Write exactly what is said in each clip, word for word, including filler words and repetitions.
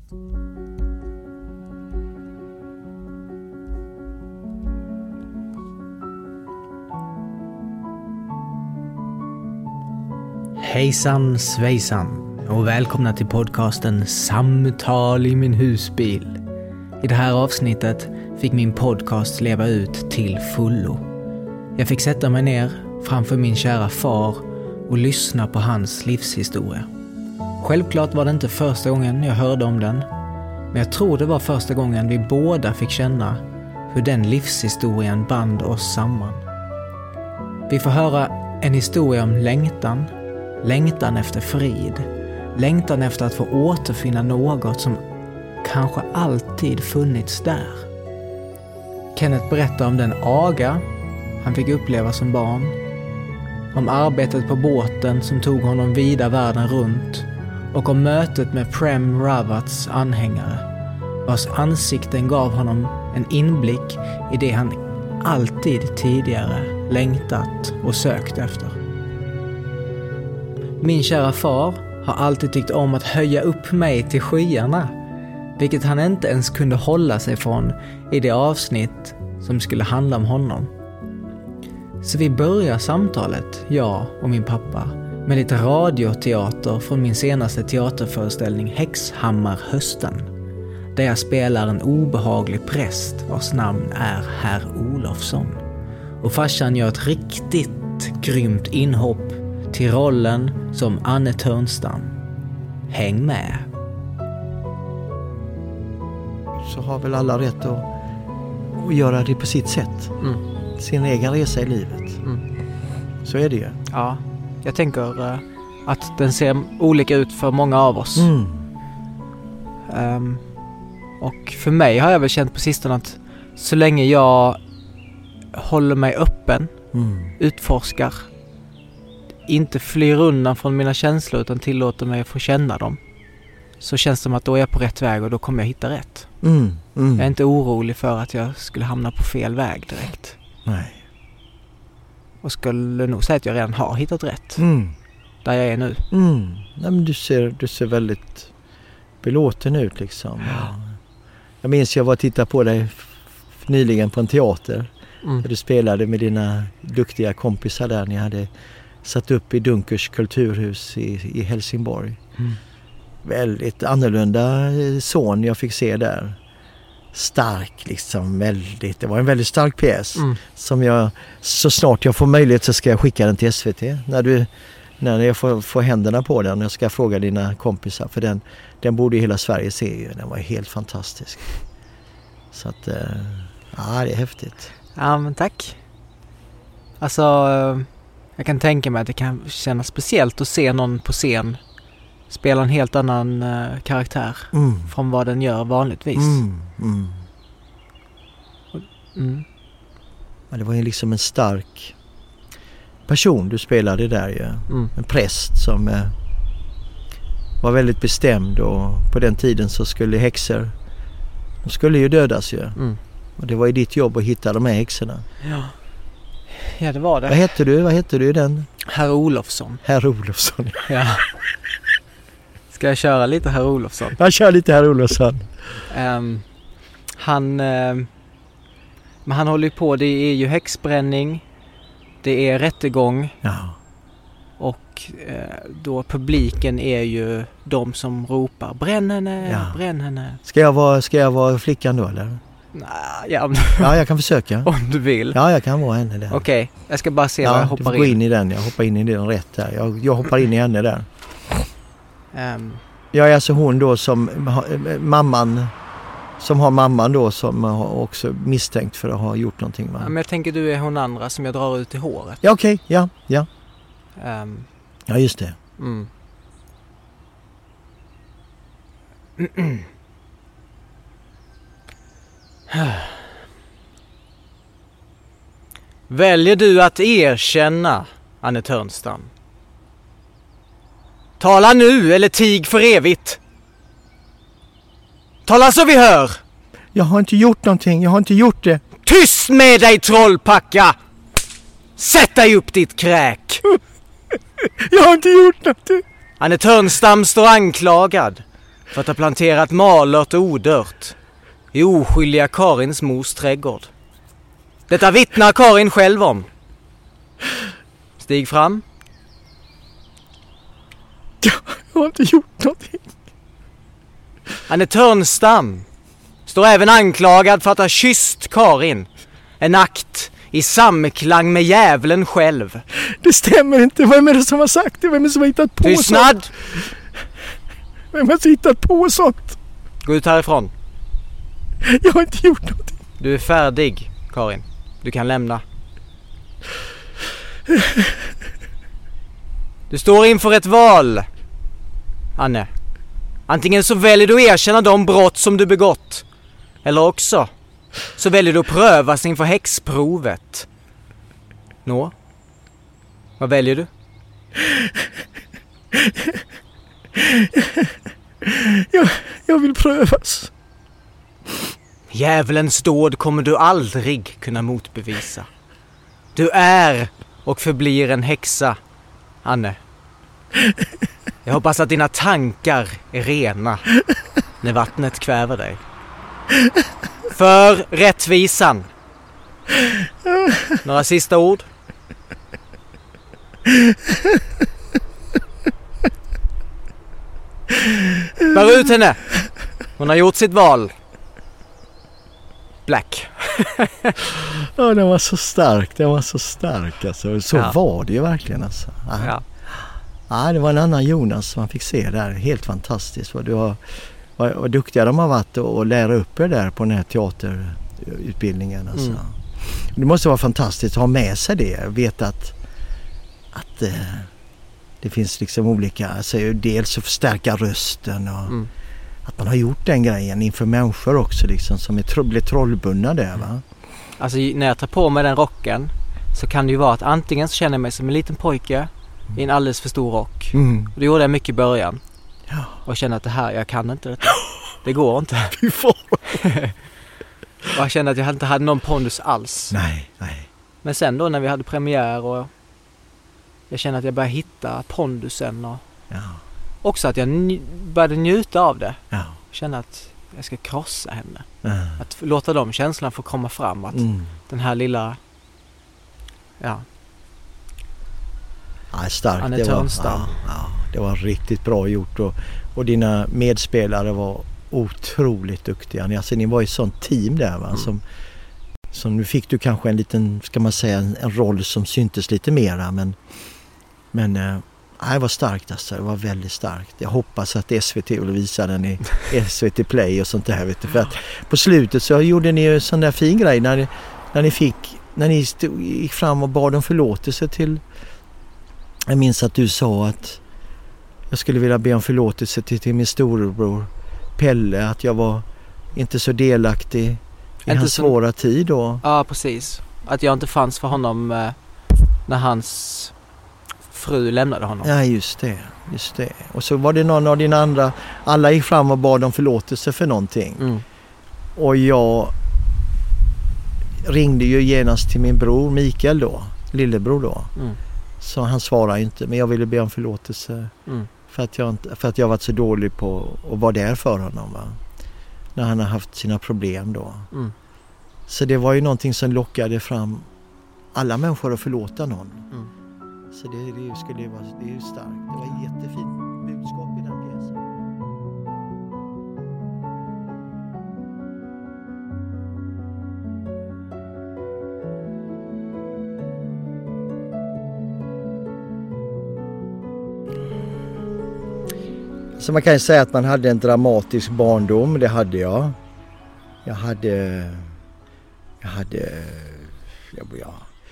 Hejsan svejsan och välkomna till podcasten Samtal i min husbil. I det här avsnittet fick min podcast leva ut till fullo. Jag fick sätta mig ner framför min kära far och lyssna på hans livshistoria. Självklart var det inte första gången jag hörde om den, men jag tror det var första gången vi båda fick känna hur den livshistorien band oss samman. Vi får höra en historia om längtan, längtan efter frid, längtan efter att få återfinna något som kanske alltid funnits där. Kenneth berättar om den aga han fick uppleva som barn, om arbetet på båten som tog honom vida världen runt och om mötet med Prem Rawats anhängare, vars ansikten gav honom en inblick i det han alltid tidigare längtat och sökt efter. Min kära far har alltid tyckt om att höja upp mig till skyarna, vilket han inte ens kunde hålla sig från i det avsnitt som skulle handla om honom. Så vi börjar samtalet, jag och min pappa, med lite radioteater från min senaste teaterföreställning Häxhammarhösten, där jag spelar en obehaglig präst vars namn är Herr Olofsson. Och farsan gör ett riktigt grymt inhopp till rollen som Anne Törnstam. Häng med! Så har väl alla rätt att, att göra det på sitt sätt. Mm. Sin egen resa i livet. Mm. Så är det ju. Ja, jag tänker uh, att den ser olika ut för många av oss. Mm. Um, och för mig har jag väl känt på sistone att så länge jag håller mig öppen, mm. utforskar, inte flyr undan från mina känslor utan tillåter mig att få känna dem, så känns det som att då är jag på rätt väg och då kommer jag hitta rätt. Mm, mm. Jag är inte orolig för att jag skulle hamna på fel väg direkt. Nej. Och skulle nog säga att jag redan har hittat rätt. Mm. Där jag är nu. Mm. Nej, men du ser, du ser väldigt belåten ut liksom. Ja. Jag minns jag var och tittade på dig nyligen på en teater. Mm. Där du spelade med dina duktiga kompisar där. Ni hade satt upp i Dunkers kulturhus i, i Helsingborg. Mm. Väldigt annorlunda son jag fick se där. Stark liksom, väldigt. Det var en väldigt stark pjäs. Mm. Som jag, så snart jag får möjlighet så ska jag skicka den till S V T. När, du, när jag får, får händerna på den. Jag ska fråga dina kompisar. För den, den borde hela Sverige se ju. Den var helt fantastisk. Så att, ja, det är häftigt. Ja, men tack. Alltså, jag kan tänka mig att det kan kännas speciellt att se någon på scen spela en helt annan uh, karaktär mm. från vad den gör vanligtvis. Mm. Mm. Mm. Men det var ju liksom en stark person du spelade där ju. Mm. En präst som uh, var väldigt bestämd, och på den tiden så skulle häxor, de skulle ju dödas ju. Mm. Och det var ju ditt jobb att hitta de här häxorna. Ja. Ja, det var det. Vad hette du? Vad hette du i den? Herr Olofsson. Herr Olofsson. Ja. Ska jag köra lite Herr Olofsson? Jag kör lite Herr Olofsson. Um, han, uh, men han håller ju på, det är ju häxbränning, det är rättegång. Ja. Och uh, då publiken är ju de som ropar bränn henne, ja. bränn henne. Ska jag vara, ska jag vara flickan då eller? Nah, ja. ja, jag kan försöka. Om du vill. Ja, jag kan vara henne där. Okej, okay, jag ska bara se ja, vad jag hoppar in. Ja, du får gå in i den. Jag hoppar in i den rätt där. Jag, jag hoppar in i henne där. Um. Jag är alltså hon då som mamman, som har mamman då som har också misstänkt för att ha gjort någonting. Va? Ja, men jag tänker du är hon andra som jag drar ut i håret. Ja, okej. Okay. Ja, ja. Um. Ja, just det. Mm. Väljer du att erkänna, Anne Törnstam? Tala nu eller tig för evigt. Tala så vi hör. Jag har inte gjort någonting, jag har inte gjort det. Tyst med dig, trollpacka! Sätt dig upp ditt kräk. Jag har inte gjort någonting. Anne Törnstam står anklagad för att ha planterat malört och odört i oskyldiga Karins mors trädgård. Detta vittnar Karin själv om. Stig fram. Jag har inte gjort någonting. Anne Törnstam står även anklagad för att ha kysst Karin. En akt i samklang med djävulen själv. Det stämmer inte. Vem är det som har sagt det? Vem är det som har hittat på Tystnad! sånt? Vem har hittat på sånt? Gå ut härifrån. Jag har inte gjort någonting. Du är färdig, Karin. Du kan lämna. Du står inför ett val, Anne. Antingen så väljer du att erkänna de brott som du begått. Eller också så väljer du att prövas inför häxprovet. Nå? Vad väljer du? Jag, jag vill prövas. Djävulens dåd kommer du aldrig kunna motbevisa. Du är och förblir en häxa, Anne. Jag hoppas att dina tankar är rena när vattnet kväver dig. För rättvisan. Några sista ord? Bär ut henne. Hon har gjort sitt val. Black. Ja, den var så stark. Den var så stark. Alltså. Så ja. Var det ju verkligen. Alltså. Ja. Ja. Ja, det var en annan Jonas som man fick se där. Helt fantastiskt. Vad, du har, vad, vad duktiga de har varit att lära upp er där på den här teaterutbildningen. Alltså. Mm. Det måste vara fantastiskt att ha med sig det. Veta att, att eh, det finns liksom olika... Alltså, dels att förstärka rösten och... Mm. Att man har gjort den grejen inför människor också liksom, som är tro- blir trollbundna där, va? Alltså när jag tar på mig den rocken så kan det ju vara att antingen så känner jag mig som en liten pojke mm. i en alldeles för stor rock. Mm. Och det gjorde jag mycket i början. Ja. Och kände att det här, jag kan inte detta. Det går inte. Fy fan. Och jag kände att jag inte hade någon pondus alls. Nej, nej. Men sen då när vi hade premiär och jag kände att jag började hitta pondusen och ja. Också att jag nj- började njuta av det. Ja. Känna att jag ska krossa henne. Mm. Att låta de känslorna få komma fram. Att mm. den här lilla... Ja. Ja, starkt. Anne det var, Törnstam. Ja, ja, det var riktigt bra gjort. Och, och dina medspelare var otroligt duktiga. Alltså, ni var ju ett sånt team där, va? Mm. Som, som nu fick du kanske en liten, ska man säga, en, en roll som syntes lite mera. Men... men äh, Nej, det var starkt alltså. Det var väldigt starkt. Jag hoppas att S V T vill visa den i S V T Play och sånt där. Vet du. För att på slutet så gjorde ni ju sån där fin grej när ni, när ni fick, när ni stod, gick fram och bad om förlåtelse till... Jag minns att du sa att jag skulle vilja be om förlåtelse till, till min storebror Pelle. Att jag var inte så delaktig i inte hans så... svåra tid då. Ja, precis. Att jag inte fanns för honom eh, när hans... fru lämnade honom. Ja, just det. Just det. Och så var det någon av dina andra... Alla gick fram och bad om förlåtelse för någonting. Mm. Och jag ringde ju genast till min bror Mikael då. Lillebror då. Mm. Så han svarade inte. Men jag ville be om förlåtelse. Mm. För att jag inte, för att jag varit så dålig på att vara där för honom. Va? När han har haft sina problem då. Mm. Så det var ju någonting som lockade fram alla människor att förlåta någon. Mm. Så det, det skulle vara, det är ju starkt. Det var ett jättefint budskap i den pjäsen. Så man kan ju säga att man hade en dramatisk barndom. Det hade jag. Jag hade... Jag hade... Jag, ja.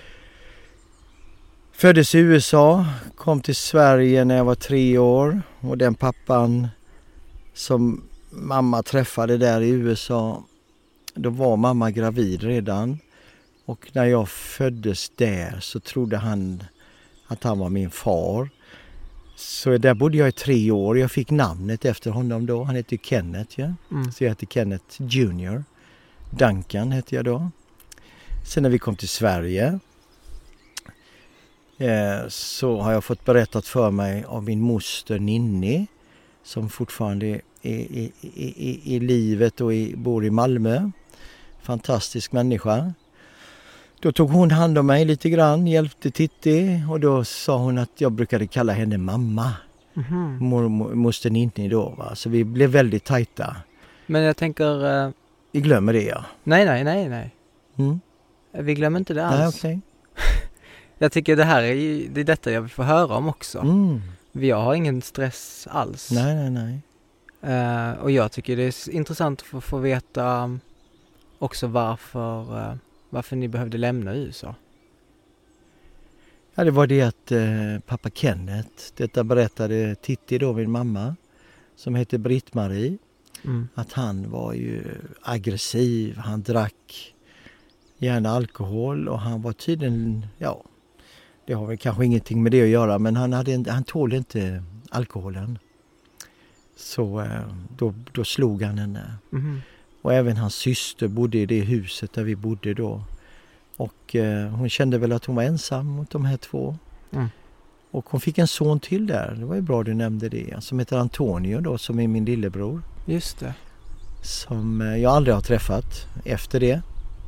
Föddes i U S A, kom till Sverige när jag var tre år och den pappan som mamma träffade där i U S A, då var mamma gravid redan. Och när jag föddes där så trodde han att han var min far. Så där bodde jag i tre år. Jag fick namnet efter honom då. Han hette Kenneth, ja. Mm. Så jag hette Kenneth Junior Duncan hette jag då. Sen när vi kom till Sverige eh, så har jag fått berättat för mig av min moster Ninni, som fortfarande är i, i, i, i livet och i, bor i Malmö. Fantastisk människa. Då tog hon hand om mig lite grann, hjälpte Titti och då sa hon att jag brukade kalla henne mamma. Mm-hmm. Mor, mor, moster Ninni då, va? Så vi blev väldigt tajta. Men jag tänker... Uh... Vi glömmer det, ja. Nej, nej, nej, nej. Mm. Vi glömmer inte det alls. Nej, okej. Jag tycker det här är, det är detta jag vill få höra om också. Mm. Jag har ingen stress alls. Nej, nej, nej. Uh, och jag tycker det är intressant att få, få veta också varför, uh, varför ni behövde lämna U S A. Ja, det var det att eh, pappa Kenneth, detta berättade Titti då, min mamma, som heter Britt-Marie, mm. att han var ju aggressiv, han drack gärna alkohol och han var tydligen, ja, det har väl kanske ingenting med det att göra, men han, hade, han tål inte alkoholen. Så eh, då, då slog han henne. Mm. Och även hans syster bodde i det huset där vi bodde då. Och eh, hon kände väl att hon var ensam mot de här två. Mm. Och hon fick en son till där. Det var ju bra du nämnde det. Som heter Antonio då, som är min lillebror. Just det. Som eh, jag aldrig har träffat efter det.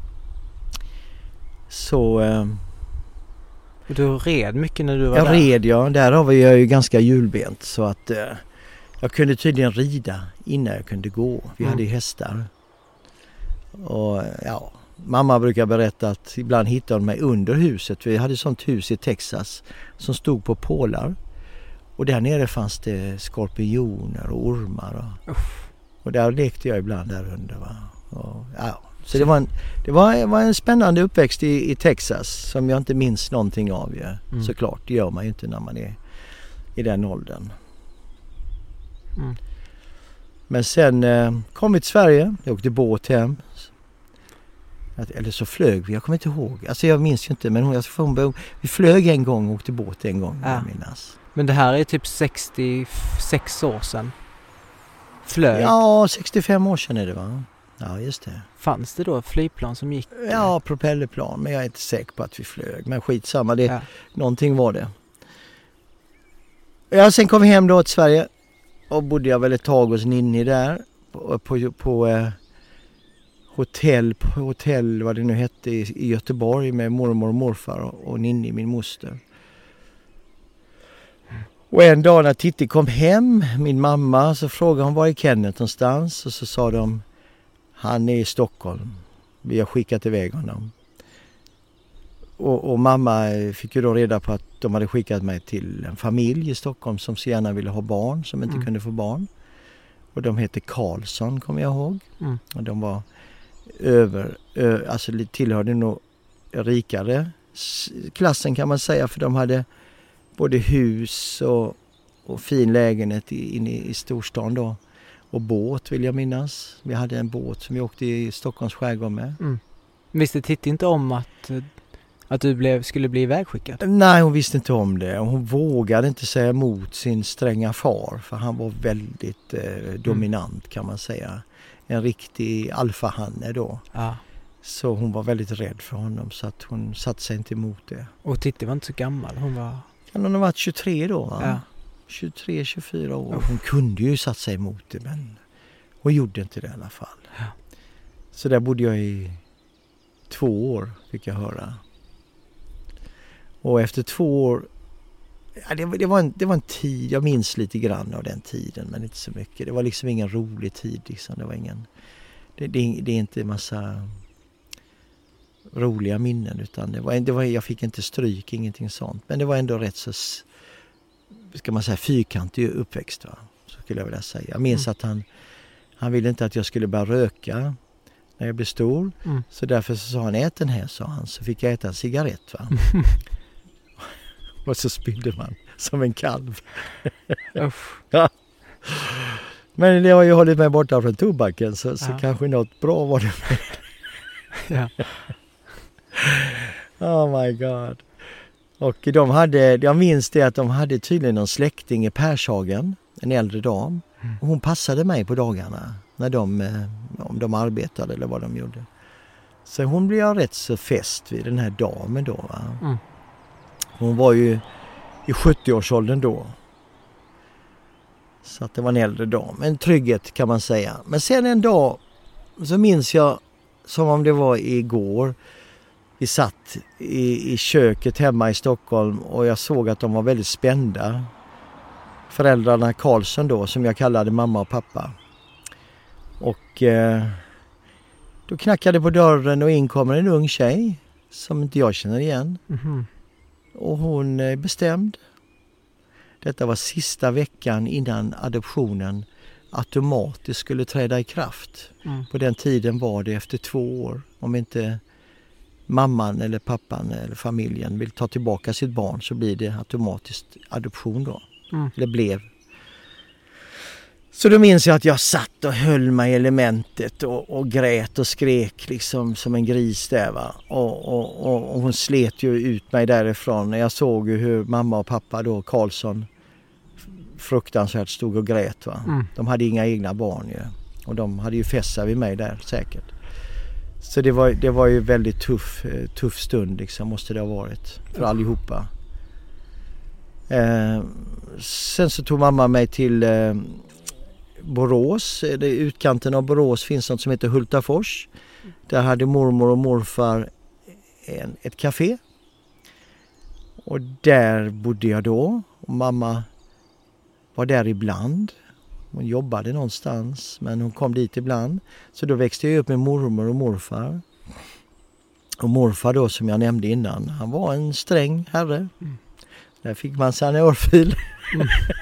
Så... Eh, du red mycket när du var jag där? Jag red, ja. Där har jag ju ganska hjulbent. Så att eh, jag kunde tydligen rida innan jag kunde gå. Vi mm. hade ju hästar. Och ja... Mamma brukar berätta att ibland hittade de mig under huset. Vi hade ett sånt hus i Texas som stod på pålar. Och där nere fanns det skorpioner och ormar. Och, och där lekte jag ibland där under. Va? Och, ja. Så det var en, det var, var en spännande uppväxt i, i Texas som jag inte minns någonting av. Ja. Mm. Såklart, det gör man ju inte när man är i den åldern. Mm. Men sen eh, kom vi till Sverige. Jag åkte båt hem. Eller så flög vi, jag kommer inte ihåg. Alltså jag minns ju inte, men hon, jag får, vi flög en gång och åkte båt en gång. Ja. Jag minnas. Men det här är typ sextiosex år sedan. Flög? Ja, sextiofem år sedan är det, va? Ja, just det. Fanns det då flygplan som gick? Ja, propellerplan, men jag är inte säker på att vi flög. Men skitsamma, det, ja. Någonting var det. Ja, sen kom vi hem då till Sverige. Och bodde jag väl ett tag hos Ninni där. På... på, på eh, hotell, på hotell, vad det nu hette, i, i Göteborg med mormor och morfar och, och Ninni, min moster. Och en dag när Titti kom hem, min mamma, så frågade hon var är Kenneth någonstans och så sa de han är i Stockholm. Vi har skickat iväg honom. Och, och mamma fick ju då reda på att de hade skickat mig till en familj i Stockholm som så gärna ville ha barn, som inte mm. kunde få barn. Och de hette Karlsson, kommer jag ihåg. Mm. Och de var över, ö, alltså tillhörde nog rikare klassen kan man säga, för de hade både hus och, och fin lägenhet inne i, i storstan då. Och båt vill jag minnas. Vi hade en båt som vi åkte i Stockholms skärgård med. Mm. Visste Titti inte om att, att du blev, skulle bli ivägskickad? Nej, hon visste inte om det. Hon vågade inte säga emot sin stränga far, för han var väldigt eh, dominant mm. kan man säga. En riktig alfahanne då. Ja. Så hon var väldigt rädd för honom, så att hon satte sig inte emot det. Och Titti var inte så gammal. Hon var... Kan hon ha varit tjugotre då, va? Ja. tjugotre tjugofyra år. Uff. Hon kunde ju satt sig emot det, men hon gjorde inte det i alla fall. Ja. Så där bodde jag i två år, fick jag höra. Och efter två år... Ja, det, det, var en, det var en tid, jag minns lite grann av den tiden, men inte så mycket. Det var liksom ingen rolig tid. Liksom. Det var ingen... Det, det, det är inte en massa roliga minnen, utan det var, det var, jag fick inte stryk, ingenting sånt. Men det var ändå rätt så, ska man säga, fyrkantig uppväxt, va? Så skulle jag vilja säga. Jag minns mm. att han, han ville inte att jag skulle börja röka när jag blev stor. Mm. Så därför så sa han, ät den här, sa han. Så fick jag äta en cigarett, va? Och så spydde man som en kalv. Ja. Men det har ju hållit mig borta från tobaken, så, så ja. Kanske något bra var det med. Ja. Oh my god. Och de hade, jag minns det att de hade tydligen någon släkting i Pershagen, en äldre dam. Mm. Och hon passade mig på dagarna när de, om de arbetade eller vad de gjorde. Så hon blev rätt så fäst vid den här damen då, va? Mm. Hon var ju i sjuttio-årsåldern då. Så att det var en äldre dam. En trygghet kan man säga. Men sen en dag så minns jag som om det var igår. Vi satt i, i köket hemma i Stockholm och jag såg att de var väldigt spända. Föräldrarna Karlsson då, som jag kallade mamma och pappa. Och eh, då knackade på dörren och in kommer en ung tjej som inte jag känner igen. Mm-hmm. Och hon är bestämd. Detta var sista veckan innan adoptionen automatiskt skulle träda i kraft. Mm. På den tiden var det efter två år. Om inte mamman eller pappan eller familjen vill ta tillbaka sitt barn så blir det automatiskt adoption då. Mm. Eller blev. Så då minns jag att jag satt och höll mig i elementet och, och grät och skrek liksom som en gris där va. Och, och, och, och hon slet ju ut mig därifrån. Jag såg ju hur mamma och pappa då, Karlsson, fruktansvärt stod och grät va. Mm. De hade inga egna barn ju. Och de hade ju fässa vid mig där säkert. Så det var, det var ju väldigt tuff, tuff stund liksom, måste det ha varit för allihopa. Eh, sen så tog mamma mig till eh, Borås. Det är utkanten av Borås finns något som heter Hultafors. Där hade mormor och morfar en, ett café. Och där bodde jag då. Och mamma var där ibland. Hon jobbade någonstans men hon kom dit ibland. Så då växte jag upp med mormor och morfar. Och morfar då som jag nämnde innan, han var en sträng herre. Mm. Där fick man sig en örfil. Mm.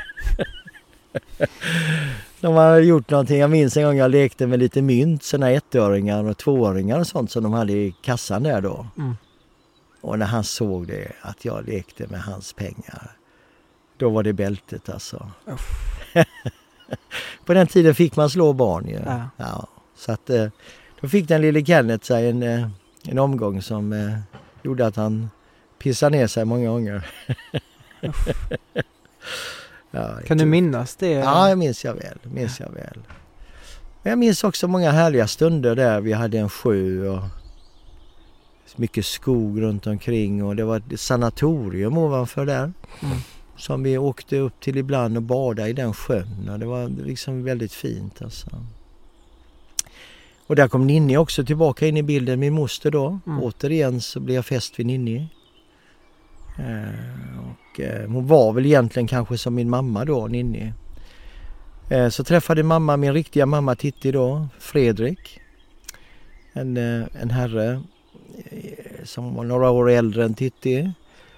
De hade gjort någonting. Jag minns en gång jag lekte med lite mynt, såna ettöringar och tvåöringar och sånt som de hade i kassan där då. Mm. Och när han såg det, att jag lekte med hans pengar, då var det bältet alltså. På den tiden fick man slå barn ju. Ja. Ja, så att då fick den lille Kenneth sig en, en omgång som eh, gjorde att han pissade ner sig många gånger. Ja, kan du minnas det? Ja, jag minns jag väl. Minns jag väl. Men jag minns också många härliga stunder där. Vi hade en sjö och mycket skog runt omkring. Och det var ett sanatorium ovanför där. Mm. Som vi åkte upp till ibland och badade i den sjön. Och det var liksom väldigt fint alltså. Och där kom Ninni också tillbaka in i bilden, min moster då. Mm. Återigen så blev jag fäst vid Ninni. Eh, och eh, hon var väl egentligen kanske som min mamma då, Ninni. Eh, så träffade mamma, min riktiga mamma Titti då, Fredrik. En, eh, en herre eh, som var några år äldre än Titti.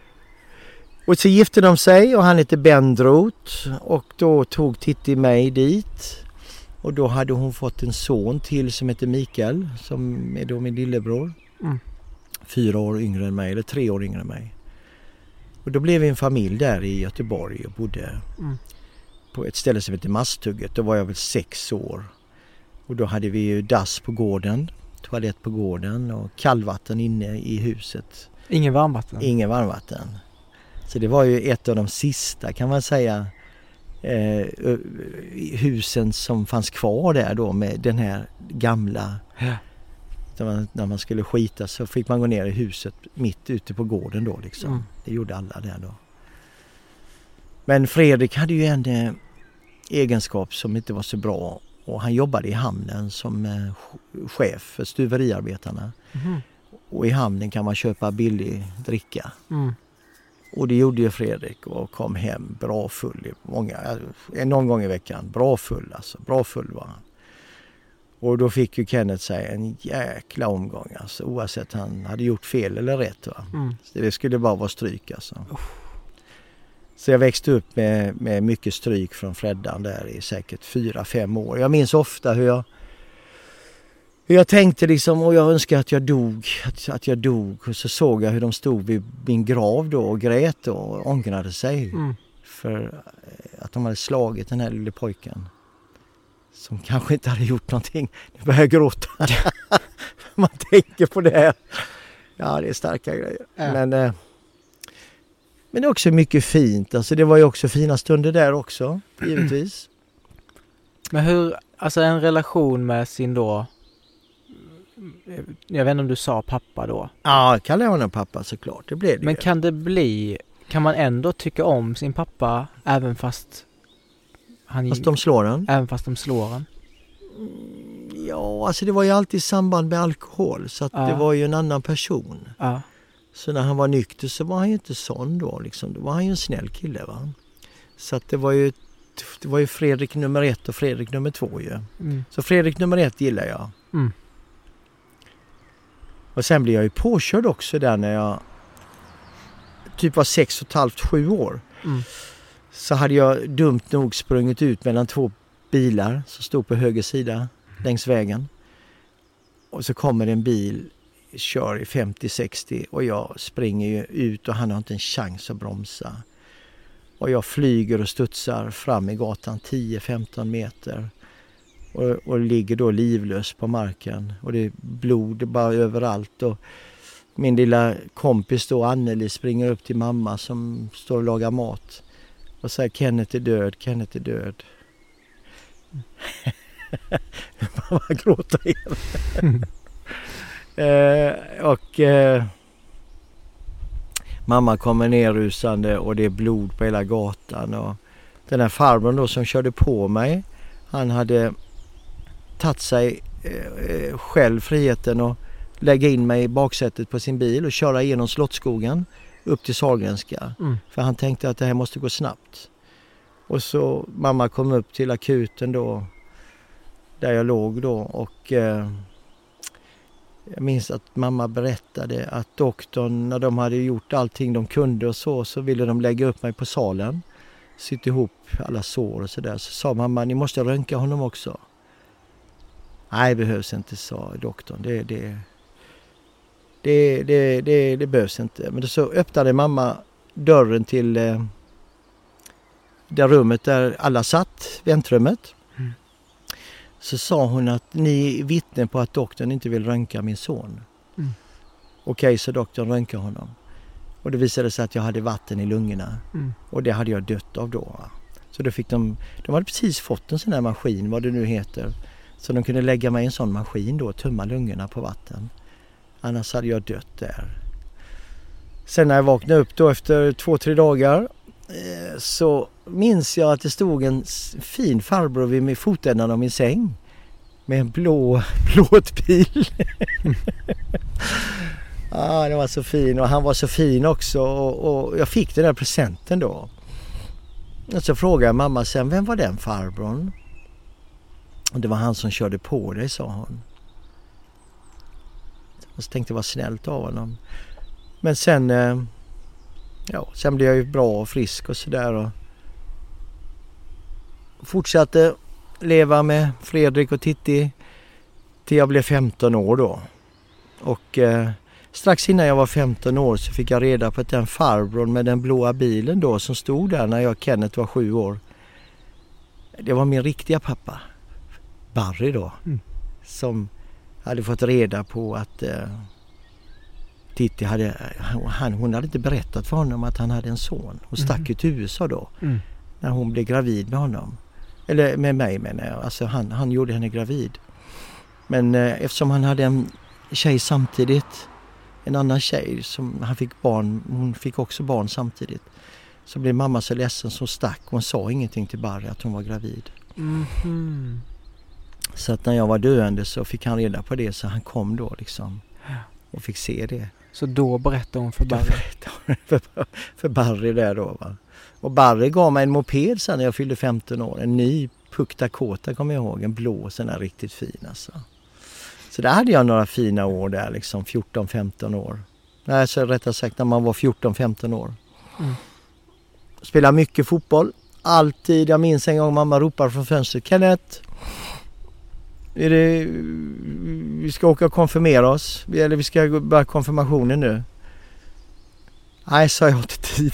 Och så gifte de sig och han hette Bendroth. Och då tog Titti mig dit. Och då hade hon fått en son till som heter Mikael, som är då min lillebror. Mm. Fyra år yngre än mig, eller tre år yngre än mig. Och då blev vi en familj där i Göteborg och bodde mm. på ett ställe som heter Masthugget. Då var jag väl sex år. Och då hade vi ju dass på gården, toalett på gården och kallvatten inne i huset. Ingen varmvatten? Ingen varmvatten. Så det var ju ett av de sista, kan man säga, eh, husen som fanns kvar där då med den här gamla... Ja. Man, när man skulle skita så fick man gå ner i huset mitt ute på gården då liksom. Mm. Det gjorde alla där då. Men Fredrik hade ju en eh, egenskap som inte var så bra. Och han jobbade i hamnen som eh, chef för stuveriarbetarna. Mm. Och i hamnen kan man köpa billig dricka. Mm. Och det gjorde ju Fredrik och kom hem bra full. Många, någon gång i veckan. Bra full alltså. Bra full var han. Och då fick ju Kenneth sig en jäkla omgång alltså, oavsett han hade gjort fel eller rätt va. Mm. Så det skulle bara vara stryk alltså. Oh. Så jag växte upp med, med mycket stryk från Freddan där i säkert fyra, fem år. Jag minns ofta hur jag hur jag tänkte liksom, och jag önskade att jag dog, att, att jag dog. Och så såg jag hur de stod vid min grav då och grät och ångrade sig mm. för att de hade slagit den här lilla pojken. Som kanske inte hade gjort någonting. Nu börjar jag gråta. Man tänker på det här. Ja, det är starka grejer. Ja. Men, eh, men det är också mycket fint. Alltså, det var ju också fina stunder där också, givetvis. Men hur, alltså en relation med sin då, jag vet inte om du sa pappa då. Ja, jag kallar honom pappa såklart. Det blev det. Men kan det bli, kan man ändå tycka om sin pappa även fast Han, fast de slår en? Även fast de slår en? Ja, alltså det var ju alltid i samband med alkohol. Så att ja. det var ju en annan person. Ja. Så när han var nykter så var han ju inte sån då. Liksom. Då var han ju en snäll kille, va? Så att det var ju, det var ju Fredrik nummer ett och Fredrik nummer två ju. Mm. Så Fredrik nummer ett gillar jag. Mm. Och sen blev jag ju påkörd också där när jag typ var sex och ett halvt, sju år. Mm. Så hade jag dumt nog sprungit ut mellan två bilar som stod på höger sida längs vägen. Och så kommer en bil, kör i femtio sextio och jag springer ju ut och han har inte en chans att bromsa. Och jag flyger och studsar fram i gatan tio femton meter. Och, och ligger då livlös på marken. Och det är blod bara överallt. Och min lilla kompis då, Anneli, springer upp till mamma som står och lagar mat. Och säger Kenneth är död, Kenneth är död. Mamma gråter igen. Mm. eh, och eh, mamma kommer ner rusande och det är blod på hela gatan. Och den här farbrorn då som körde på mig, han hade tagit sig eh, själv friheten och lägga in mig i baksätet på sin bil och köra igenom Slottsskogen upp till Sahlgrenska. Mm. För han tänkte att det här måste gå snabbt. Och så mamma kom upp till akuten då, där jag låg då, och eh, jag minns att mamma berättade att doktorn, när de hade gjort allting de kunde och så, så ville de lägga upp mig på salen, sytt ihop alla sår och sådär. Så sa mamma, ni måste röntga honom också. Nej, det behövs inte, sa doktorn. Det, det, det, det, det, det behövs inte. Men så öppnade mamma dörren till eh, det rummet där alla satt, väntrummet. Mm. Så sa hon att ni är vittnen på att doktorn inte vill röntga min son. Mm. Okej, så doktorn röntgade honom. Och det visade sig att jag hade vatten i lungorna. Mm. Och det hade jag dött av då. Va? Så då fick de, de hade precis fått en sån här maskin, vad det nu heter. Så de kunde lägga mig i en sån maskin då och tömma lungorna på vatten. Annars hade jag dött där. Sen när jag vaknade upp då efter två, tre dagar eh, så minns jag att det stod en fin farbror vid min fotändan av min säng. Med en blå plåtbil. Ah, det var så fin och han var så fin också och, och jag fick den där presenten då. Och så frågade mamma sen, vem var den farbrorn? Och det var han som körde på dig, sa hon. Och så tänkte jag, var snällt av honom. Men sen, eh, ja, sen blev jag ju bra och frisk och sådär. Och fortsatte leva med Fredrik och Titti till jag blev femton år då. Och eh, strax innan jag var femton år så fick jag reda på att den farbrorn med den blåa bilen då som stod där när jag och Kenneth var sju år. Det var min riktiga pappa. Barry då. Mm. Som hade fått reda på att eh, Titti hade, han, hon hade inte berättat för honom att han hade en son. Hon stack mm. ut till U S A då. Mm. När hon blev gravid med honom. Eller med mig menar jag. Alltså han, han gjorde henne gravid. Men eh, eftersom han hade en tjej samtidigt. En annan tjej som han fick barn. Hon fick också barn samtidigt. Så blev mamma så ledsen så stack. Hon sa ingenting till Barry att hon var gravid. Mm. Så att när jag var döende så fick han reda på det. Så han kom då liksom. Och fick se det. Så då berättade hon för Barry? för, för Barry där då, va. Och Barry gav mig en moped sen när jag fyllde femton år. En ny Puck Dakota kommer jag ihåg. En blå, sån där riktigt fin alltså. Så där hade jag några fina år där liksom. fjorton femton år. Nej, så rättare sagt när man var fjorton femton år. Mm. Spelade mycket fotboll. Alltid, jag minns en gång mamma ropar från fönstret. Kenneth, är det, vi ska åka och konfirmera oss. Eller vi ska börja konfirmationen nu. Nej, sa jag inte tid.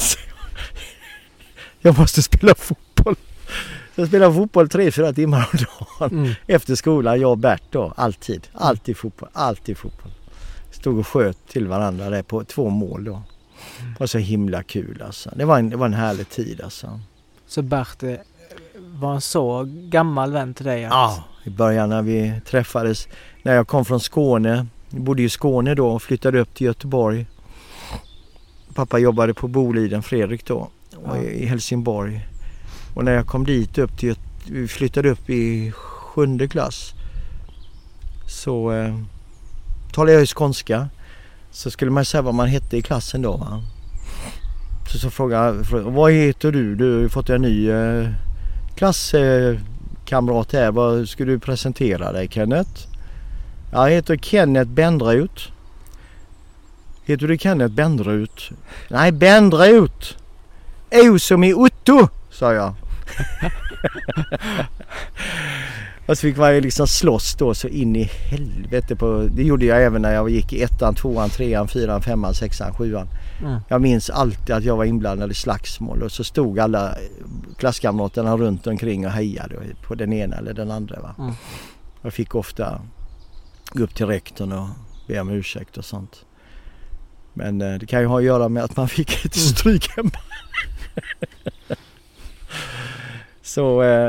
Jag måste spela fotboll. Jag spelar fotboll tre, fyra timmar om dagen. Mm. Efter skolan, jag och Bert då. Alltid. Alltid fotboll. Alltid fotboll. Stod och sköt till varandra där på två mål då. Det var så himla kul alltså. Det var en, det var en härlig tid alltså. Så Bert var en så gammal vän till dig? Att... Ja, i början när vi träffades. När jag kom från Skåne. Jag bodde i Skåne då och flyttade upp till Göteborg. Pappa jobbade på Boliden, Fredrik då. Och ja. I Helsingborg. Och när jag kom dit upp till, vi flyttade upp i sjunde klass, så eh, talade jag ju skånska. Så skulle man säga vad man hette i klassen då, va? Så, så frågade jag, vad heter du? Du har ju fått en ny eh, klasskamrat här. Vad ska du presentera dig, Kenneth? Jag heter Kenneth Bendraut. Heter du Kenneth Bendraut? Nej, Bendraut. O som i Otto, sa jag. Och så fick man ju liksom slåss då så in i helvete på, det gjorde jag även när jag gick i ettan, tvåan, trean, fyran, femman, sexan, sjuan. Mm. Jag minns alltid att jag var inblandad i slagsmål och så stod alla klasskamraterna runt omkring och hejade på den ena eller den andra, va. Mm. Jag fick ofta gå upp till rektorn och be om ursäkt och sånt. Men eh, det kan ju ha att göra med att man fick ett stryk hemma. Så eh,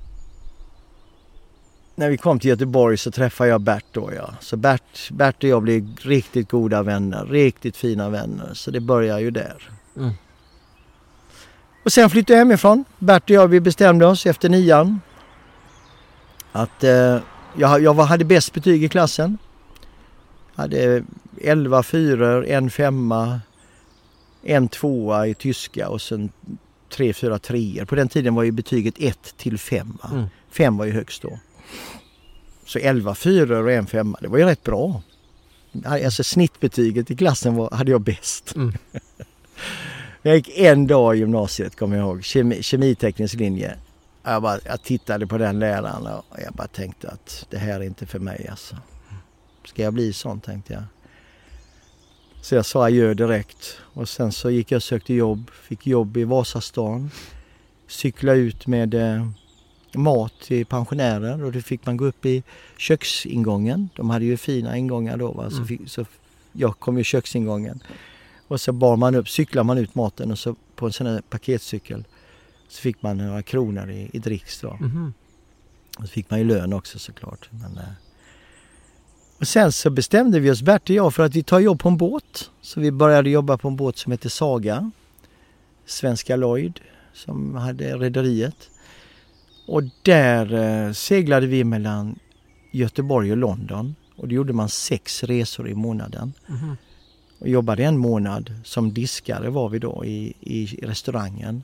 när vi kom till Göteborg så träffade jag Bert då, ja. Så Bert, Bert och jag blev riktigt goda vänner, riktigt fina vänner. Så det börjar ju där. Mm. Och sen flyttade jag hemifrån. Bert och jag, vi bestämde oss efter nian att eh, jag, jag var, hade bäst betyg i klassen. Hade elva fyror, en femma, en tvåa i tyska och sen tre, fyra treor. På den tiden var ju betyget ett till fem. Mm. Fem var ju högst då. Så elva fyror och en femma, det var ju rätt bra. Alltså snittbetyget i klassen var, hade jag bäst. Mm. Jag gick en dag i gymnasiet, kommer jag ihåg, kemi, kemiteknisk linje. Jag, bara, jag tittade på den läraren och jag bara tänkte att det här är inte för mig. Alltså. Ska jag bli sån, tänkte jag. Så jag sa adjö direkt. Och sen så gick jag och sökte jobb. Fick jobb i Vasastan. Cykla ut med eh, mat till pensionärer. Och då fick man gå upp i köksingången. De hade ju fina ingångar då. Va? Så, mm. fick, så jag kom i köksingången. Och så bar man upp, cyklar man ut maten. Och så på en sån här paketcykel så fick man några kronor i, i dricks då. Mm. Och så fick man ju lön också såklart. Men... Eh, Och sen så bestämde vi oss, Bert och jag, för att vi tar jobb på en båt. Så vi började jobba på en båt som heter Saga. Svenska Lloyd som hade rederiet. Och där eh, seglade vi mellan Göteborg och London. Och då gjorde man sex resor i månaden. Mm-hmm. Och jobbade en månad som diskare var vi då i, i restaurangen.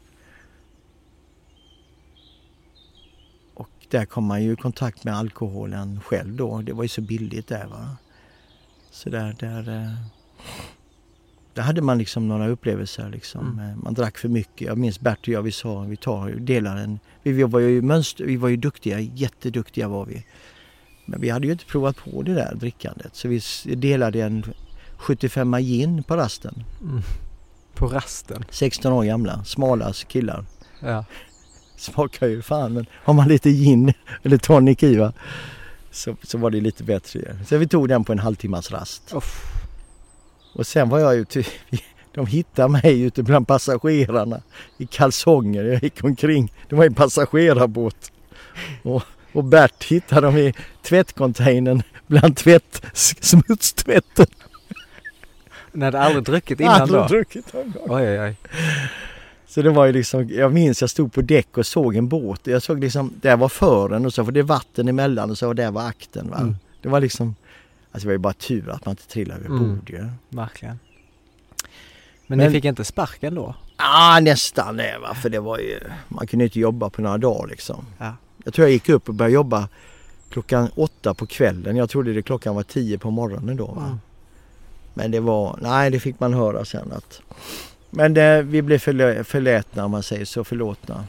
Där kom man ju i kontakt med alkoholen själv då. Det var ju så billigt där, va. Så där, där, där hade man liksom några upplevelser liksom. Mm. Man drack för mycket. Jag minns Bert och jag, vi sa, vi tar delar en. Vi var ju mönster, vi var ju duktiga, jätteduktiga var vi. Men vi hade ju inte provat på det där drickandet. Så vi delade en sjuttiofem gin på rasten. Mm. På rasten? sexton år gamla, smala killar. Ja. Smakar ju fan, men har man lite gin eller tonic i, va, så, så var det lite bättre. Så vi tog den på en halvtimmas rast. Uff. Och sen var jag ute, de hittade mig ute bland passagerarna i kalsonger. Jag gick omkring, det var en passagerarbåt. Och, och Bert hittade dem i tvättcontainern bland tvätt, smutstvätten. Ni hade aldrig druckit innan aldrig då? Aldrig druckit en gång. Oj, oj, oj. Så det var ju liksom, jag minns jag stod på däck och såg en båt. Jag såg liksom, där var fören och så var det vatten emellan och så där var akten, va. Mm. Det var liksom, alltså det var ju bara tur att man inte trillade över mm. bord, ju. Verkligen. Men, Men ni fick inte sparken då? Ja, ah, nästan det, va. För det var ju, man kunde inte jobba på några dagar liksom. Ja. Jag tror jag gick upp och började jobba klockan åtta på kvällen. Jag trodde det klockan var tio på morgonen då, va. Mm. Men det var, nej, det fick man höra sen att... Men det, vi blev förlä- förlätna, om man säger så, förlåtna.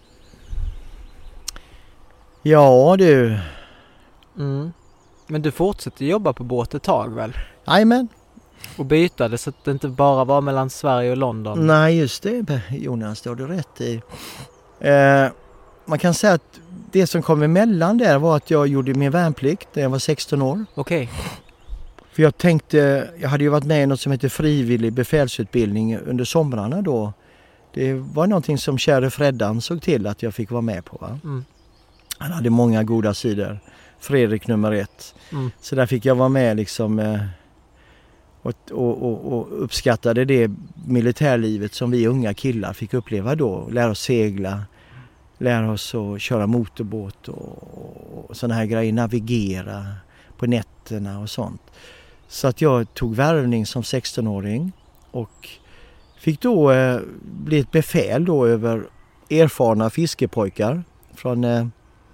Ja, du. Mm. Men du fortsatte jobba på båt ett tag, väl? Jajamän. Och bytade så att det inte bara var mellan Sverige och London. Nej, just det, Jonas, det har du rätt i. Eh, man kan säga att det som kom emellan där var att jag gjorde min värnplikt när jag var sexton år. Okej. Okay. För jag tänkte, jag hade ju varit med i något som heter frivillig befälsutbildning under somrarna då. Det var någonting som käre Freddan såg till att jag fick vara med på, va? Mm. Han hade många goda sidor. Fredrik nummer ett. Mm. Så där fick jag vara med liksom eh, och, och, och, och uppskattade det militärlivet som vi unga killar fick uppleva då. Lära oss segla, lära oss att köra motorbåt och, och sådana här grejer, navigera på nätterna och sånt. Så att jag tog värvning som sextonåring och fick då eh, bli ett befäl då över erfarna fiskepojkar från eh,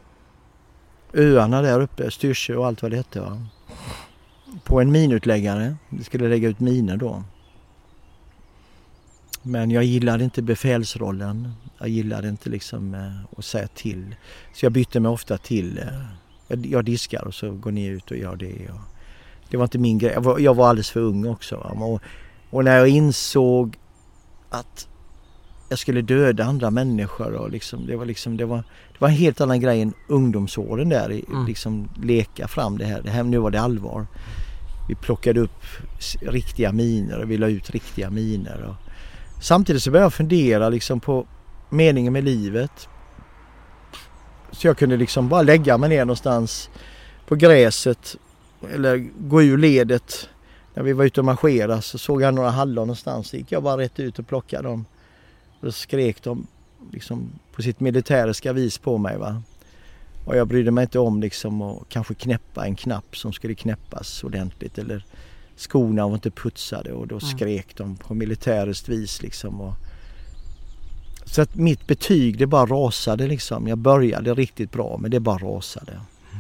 öarna där uppe, Styrsö och allt vad det hette, va? På en minutläggare. Vi skulle lägga ut miner då. Men jag gillade inte befälsrollen. Jag gillade inte liksom eh, att säga till. Så jag bytte mig ofta till. Eh, jag, jag diskar och så går ni ut och gör det. Och det var inte min grej. Jag var, jag var alldeles för ung också. Och, och när jag insåg att jag skulle döda andra människor och liksom, det var liksom det var det var en helt annan grej än ungdomsåren där, mm. liksom leka fram det här. Det här nu var det allvar. Vi plockade upp riktiga miner och vi la ut riktiga miner och samtidigt så började jag fundera liksom på meningen med livet. Så jag kunde liksom bara lägga mig ner någonstans på gräset eller gå ur ledet. När vi var ute och marscherade så såg jag några hallon någonstans. Så gick jag bara rätt ut och plockade dem. Och då skrek de liksom på sitt militäriska vis på mig, va. Och jag brydde mig inte om liksom att kanske knäppa en knapp som skulle knäppas ordentligt. Eller skorna var inte putsade och då skrek de på militäriskt vis liksom. Och så att mitt betyg det bara rasade liksom. Jag började riktigt bra men det bara rasade.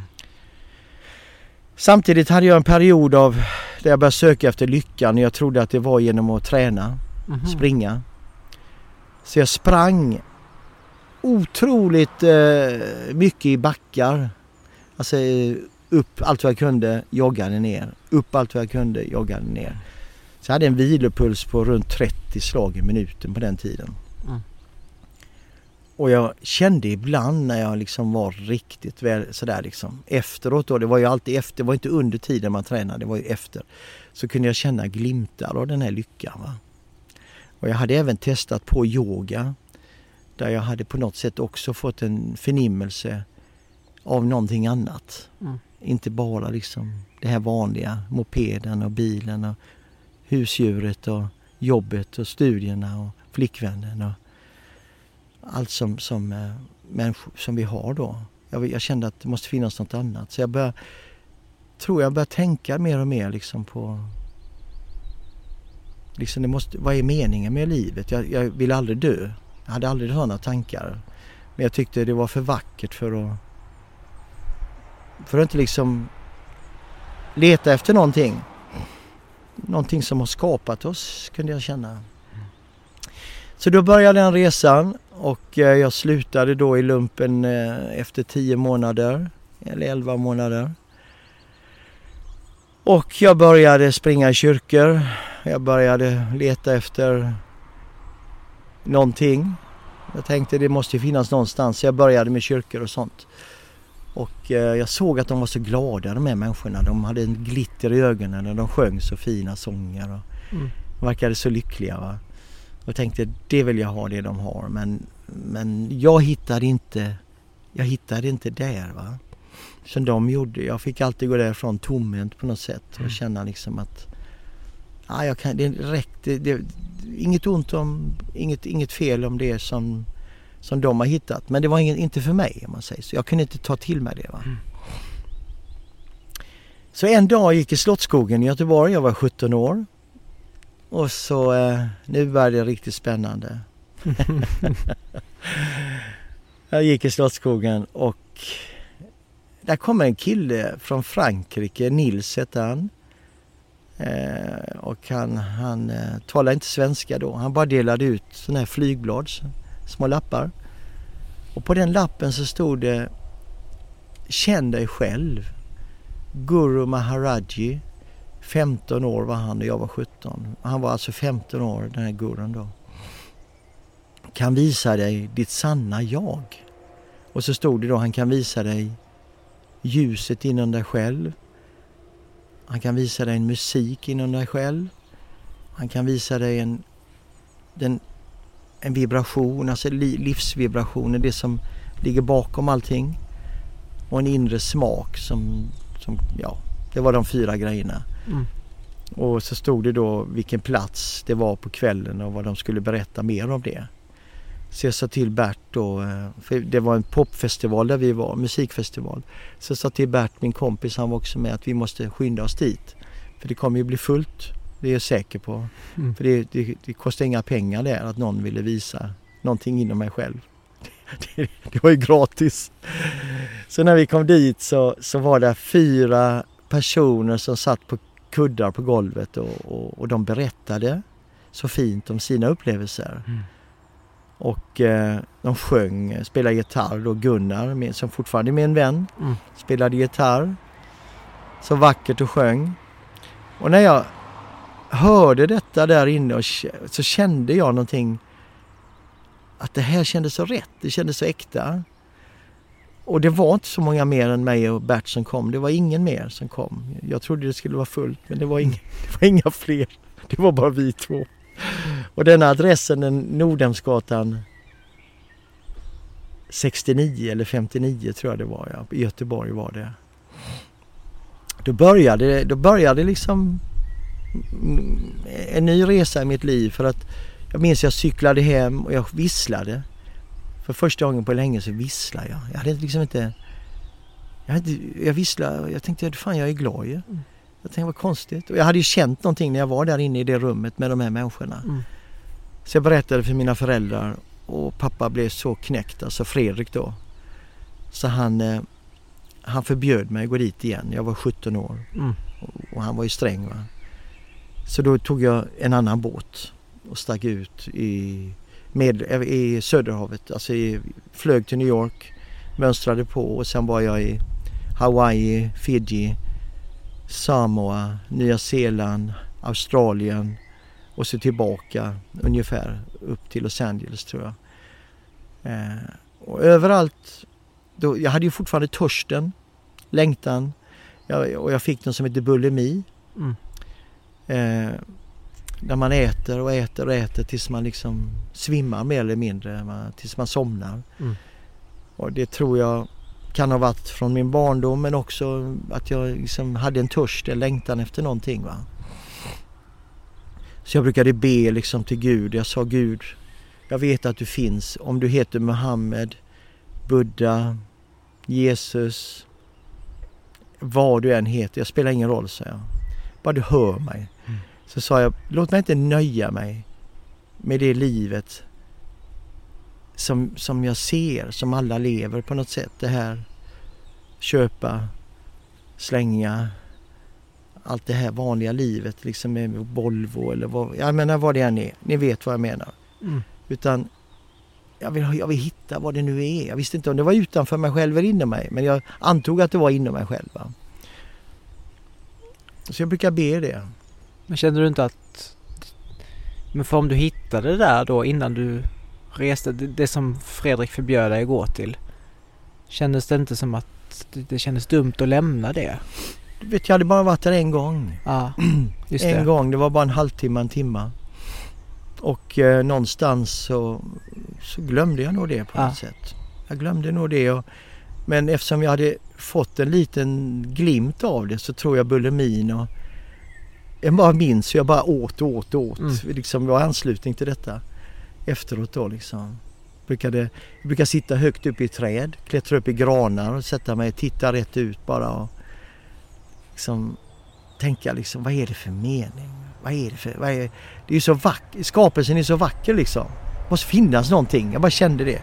Samtidigt hade jag en period av där jag började söka efter lyckan. Jag trodde att det var genom att träna, mm-hmm. springa. Så jag sprang otroligt eh, mycket i backar. Alltså upp allt vad jag kunde, joggade ner. Upp allt vad jag kunde, joggade ner. Så jag hade en vilopuls på runt trettio slag i minuten på den tiden. Mm. Och jag kände ibland när jag liksom var riktigt väl sådär liksom efteråt då, det var ju alltid efter, det var inte under tiden man tränade, det var ju efter. Så kunde jag känna glimtar av den här lyckan, va. Och jag hade även testat på yoga där jag hade på något sätt också fått en förnimmelse av någonting annat. Mm. Inte bara liksom det här vanliga, mopeden och bilen och husdjuret och jobbet och studierna och flickvännen och allt som, som, äh, människor, som vi har då. Jag, jag kände att det måste finnas något annat. Så jag började, tror jag började tänka mer och mer liksom på liksom det måste, vad är meningen med livet? Jag, jag vill aldrig dö. Jag hade aldrig sådana tankar. Men jag tyckte det var för vackert för att för att inte liksom leta efter någonting. Någonting som har skapat oss, kunde jag känna. Så då började den resan och jag slutade då i lumpen efter tio månader eller elva månader. Och jag började springa i kyrkor. Jag började leta efter någonting. Jag tänkte det måste finnas någonstans. Jag började med kyrkor och sånt. Och jag såg att de var så glada, de här människorna. De hade en glitter i ögonen och de sjöng så fina sånger. Och mm. de verkade så lyckliga, va. Och tänkte det vill jag ha det de har. Men, men jag hittade inte jag hittade inte där, va. Som de gjorde. Jag fick alltid gå därifrån tomhänt på något sätt. Och mm. känna liksom att ja, jag kan, det räckte. Det, det, inget ont om, inget, inget fel om det som, som de har hittat. Men det var inget, inte för mig, om man säger. Så jag kunde inte ta till mig det, va. Mm. Så en dag gick i Slottsskogen i Göteborg. Jag var sjutton år. Och så, eh, nu var det riktigt spännande. Jag gick i Slottsskogen och där kom en kille från Frankrike, Nils hette han. Eh, och han, han eh, talade inte svenska då. Han bara delade ut såna här flygblad, små lappar. Och på den lappen så stod det: känn dig själv. Guru Maharaji. femton år var han och jag var sjutton. Han var alltså femton år, den här gurun då. Kan visa dig ditt sanna jag. Och så stod det då: han kan visa dig ljuset inom dig själv. Han kan visa dig en musik inom dig själv. Han kan visa dig en, den, en vibration, alltså livsvibrationen, det som ligger bakom allting. Och en inre smak som, som ja, det var de fyra grejerna. Mm. Och så stod det då vilken plats det var på kvällen och vad de skulle berätta mer om det. Så jag sa till Bert då, för det var en popfestival där vi var, musikfestival. Så jag sa till Bert, min kompis, han var också med, att vi måste skynda oss dit. För det kommer ju bli fullt, det är jag säker på. Mm. För det, det, det kostar inga pengar där att någon ville visa någonting inom mig själv. Det, det var ju gratis. Så när vi kom dit så, så var det fyra personer som satt på kuddar på golvet och, och, och de berättade så fint om sina upplevelser. Mm. Och eh, de sjöng, spelade gitarr då, Gunnar med, som fortfarande är min vän, mm. spelade gitarr så vackert och sjöng. Och när jag hörde detta där inne och, så kände jag någonting, att det här kändes så rätt, det kändes så äkta. Och det var inte så många mer än mig och Bert som kom, det var ingen mer som kom. Jag trodde det skulle vara fullt, men det var inga, det var inga fler, det var bara vi två. Och denna adressen, den Nordhemsgatan sextionio eller femtionio tror jag det var, ja. I Göteborg var det. Då började, då började liksom en ny resa i mitt liv, för att jag minns jag cyklade hem och jag visslade. För första gången på länge så visslade jag. Jag hade liksom inte... Jag, hade, jag visslade, jag tänkte, fan jag är glad ju. Mm. Jag tänkte, vad konstigt. Och jag hade ju känt någonting när jag var där inne i det rummet med de här människorna. Mm. Så jag berättade för mina föräldrar och pappa blev så knäckt, alltså Fredrik då. Så han, eh, han förbjöd mig att gå dit igen. Jag var sjutton år mm. och, och han var ju sträng, va. Så då tog jag en annan båt och stack ut i, med, i Söderhavet. Alltså i, flög till New York, mönstrade på och sen var jag i Hawaii, Fiji, Samoa, Nya Zeeland, Australien och så tillbaka ungefär upp till Los Angeles tror jag. Eh, och överallt, då, jag hade ju fortfarande törsten, längtan, jag, och jag fick något som heter bulimi. Mm. Eh, där man äter och äter och äter tills man liksom svimmar mer eller mindre, man, tills man somnar. Mm. Och det tror jag kan ha varit från min barndom, men också att jag liksom hade en törst eller längtan efter någonting, va. Så jag brukade be liksom till Gud. Jag sa, Gud, jag vet att du finns. Om du heter Muhammed, Buddha, Jesus, vad du än heter, jag spelar ingen roll, så jag. Bara du hör mig. Mm. Så sa jag, låt mig inte nöja mig med det livet som, som jag ser, som alla lever på något sätt. Det här köpa, slänga, allt det här vanliga livet liksom med Volvo eller vad, jag menar vad det än är. Ni vet vad jag menar. Mm. Utan jag vill, jag vill hitta vad det nu är. Jag visste inte om det var utanför mig själv eller inom mig, men jag antog att det var inom mig själv, va? Så jag brukar be det. Men kände du inte att, men för om du hittade det där då innan du reste, det, det som Fredrik förbjöd dig att gå till, kändes det inte som att det, det kändes dumt att lämna det? Du vet, jag hade bara varit där en gång. Ja, just en det. gång, det var bara en halvtimme, en timma. Och eh, någonstans så, så glömde jag nog det på ja. något sätt. Jag glömde nog det. Och, men eftersom jag hade fått en liten glimt av det så tror jag bulimin och jag bara minns hur jag bara åt och åt och åt. Mm. Liksom var anslutning till detta efteråt då liksom. Brukade, jag brukade sitta högt upp i träd, klättra upp i granar och sätta mig och titta rätt ut bara och liksom tänka liksom, vad är det för mening? Vad är det för, vad är, det är ju så vacker, skapelsen är så vacker liksom. Det måste finnas någonting, jag bara kände det.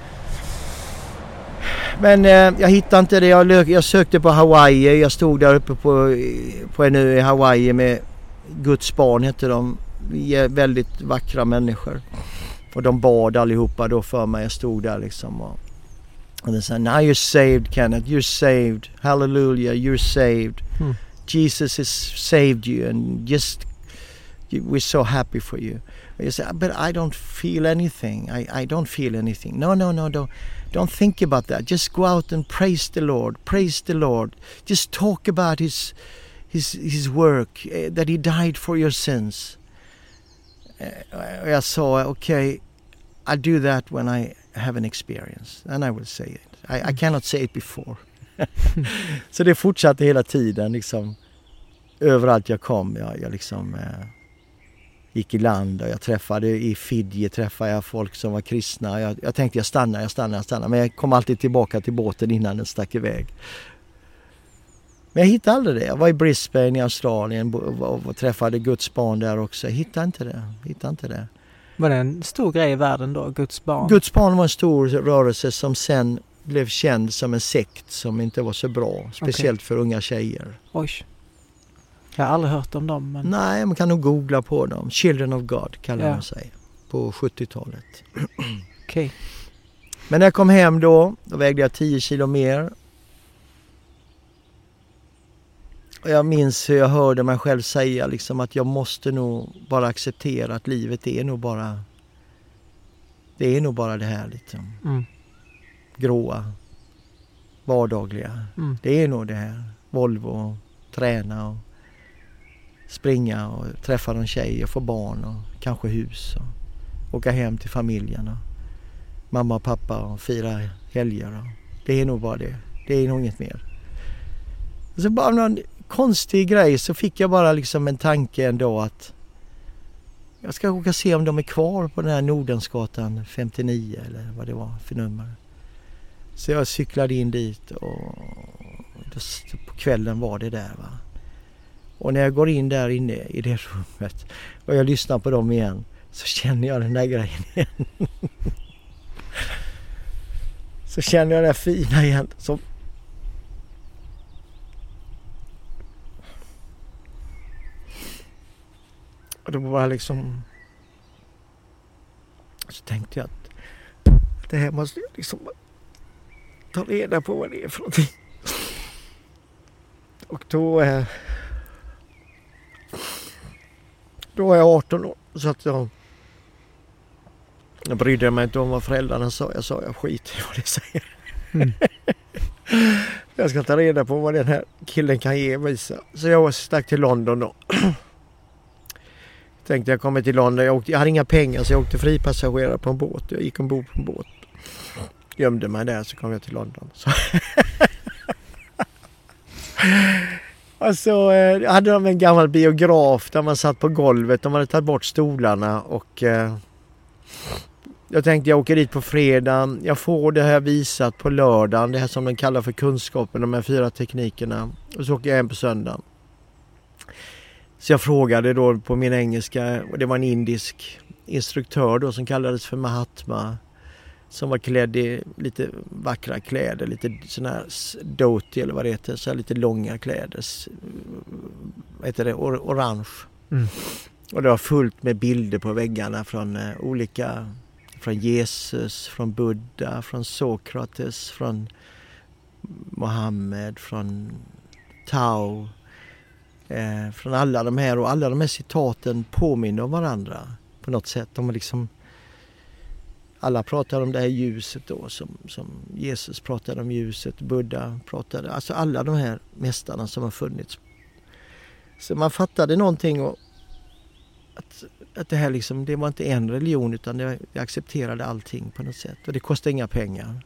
Men eh, jag hittade inte det, jag, jag sökte på Hawaii, jag stod där uppe på, på en ö i Hawaii med Guds barn heter de, vi är väldigt vackra människor. Och de bad allihopa då för mig, jag stod där liksom och, och de sa, now you're saved Kenneth, you're saved, hallelujah, you're saved. Hmm. Jesus has saved you and just we're so happy for you. And you say, but I don't feel anything. I, I don't feel anything. No, no, no, don't, don't think about that. Just go out and praise the Lord. Praise the Lord. Just talk about his his his work, uh, that he died for your sins. Uh, jag sa, okay, I do that when I have an experience. And I will say it. I, I cannot say it before. Så det fortsatte hela tiden liksom. Överallt jag kom, jag, jag liksom... Eh, gick i land och jag träffade i Fidji träffade jag folk som var kristna. Jag, jag tänkte jag stannar, jag stannar, jag stannar. Men jag kom alltid tillbaka till båten innan den stack iväg. Men jag hittade aldrig det. Jag var i Brisbane i Australien och, och träffade Guds barn där också. Jag hittade inte det. Jag hittade inte det. Var det en stor grej i världen då, Guds barn? Guds barn var en stor rörelse som sen blev känd som en sekt som inte var så bra. Speciellt okay. för unga tjejer. Oj. Jag har aldrig hört om dem. Men... Nej, man kan nog googla på dem. Children of God kallar ja. de sig. På sjuttiotalet. Okej. Okay. Men när jag kom hem då, då vägde jag tio kilo mer. Och jag minns hur jag hörde mig själv säga liksom att jag måste nog bara acceptera att livet är nog bara det är nog bara det här liksom. Mm. Gråa, vardagliga. Mm. Det är nog det här. Volvo, träna och springa och träffa någon tjej och få barn och kanske hus och åka hem till familjen och mamma och pappa och fira helger. Och det är nog bara det. Det är nog inget mer. Och så bara någon konstig grej så fick jag bara liksom en tanke ändå att jag ska åka se om de är kvar på den här Nordensgatan femtionio eller vad det var för nummer. Så jag cyklade in dit och på kvällen var det där va. Och när jag går in där inne i det rummet och jag lyssnar på dem igen så känner jag den där grejen igen. Så känner jag det fina igen som och det var bara liksom så tänkte jag att det här måste jag liksom ta reda på vad det är för någonting. Och då är då var jag arton år så att jag jag brydde mig inte om vad föräldrarna sa. Jag sa jag skiter i vad det säger. Mm. Jag ska ta reda på vad den här killen kan ge mig. Så jag stack till London då. Tänkte jag kommer till London. Jag, åkte, jag hade inga pengar så jag åkte fripassagerare på en båt. Jag gick ombord på en båt. Gömde mig där så kom jag till London. Så. Och så eh, hade de en gammal biograf där man satt på golvet. De hade tagit bort stolarna och eh, jag tänkte jag åker dit på fredag. Jag får det här visat på lördagen. Det här som de kallar för kunskapen, de här fyra teknikerna. Och så åker jag hem på söndagen. Så jag frågade då på min engelska och det var en indisk instruktör då som kallades för Mahatma. Som var klädd i lite vackra kläder, lite sådana här dhoti eller vad det heter, så här lite långa kläder, vad heter det, or- orange. Mm. Och det var fullt med bilder på väggarna från uh, olika, från Jesus, från Buddha, från Sokrates, från Mohammed, från Tao, eh, från alla de här och alla de här citaten påminner om varandra på något sätt. De är liksom alla pratar om det här ljuset då som, som Jesus pratade om ljuset, Buddha pratade, alltså alla de här mästarna som har funnits. Så man fattade någonting och att, att det här liksom, det var inte en religion utan det, det accepterade allting på något sätt och det kostade inga pengar.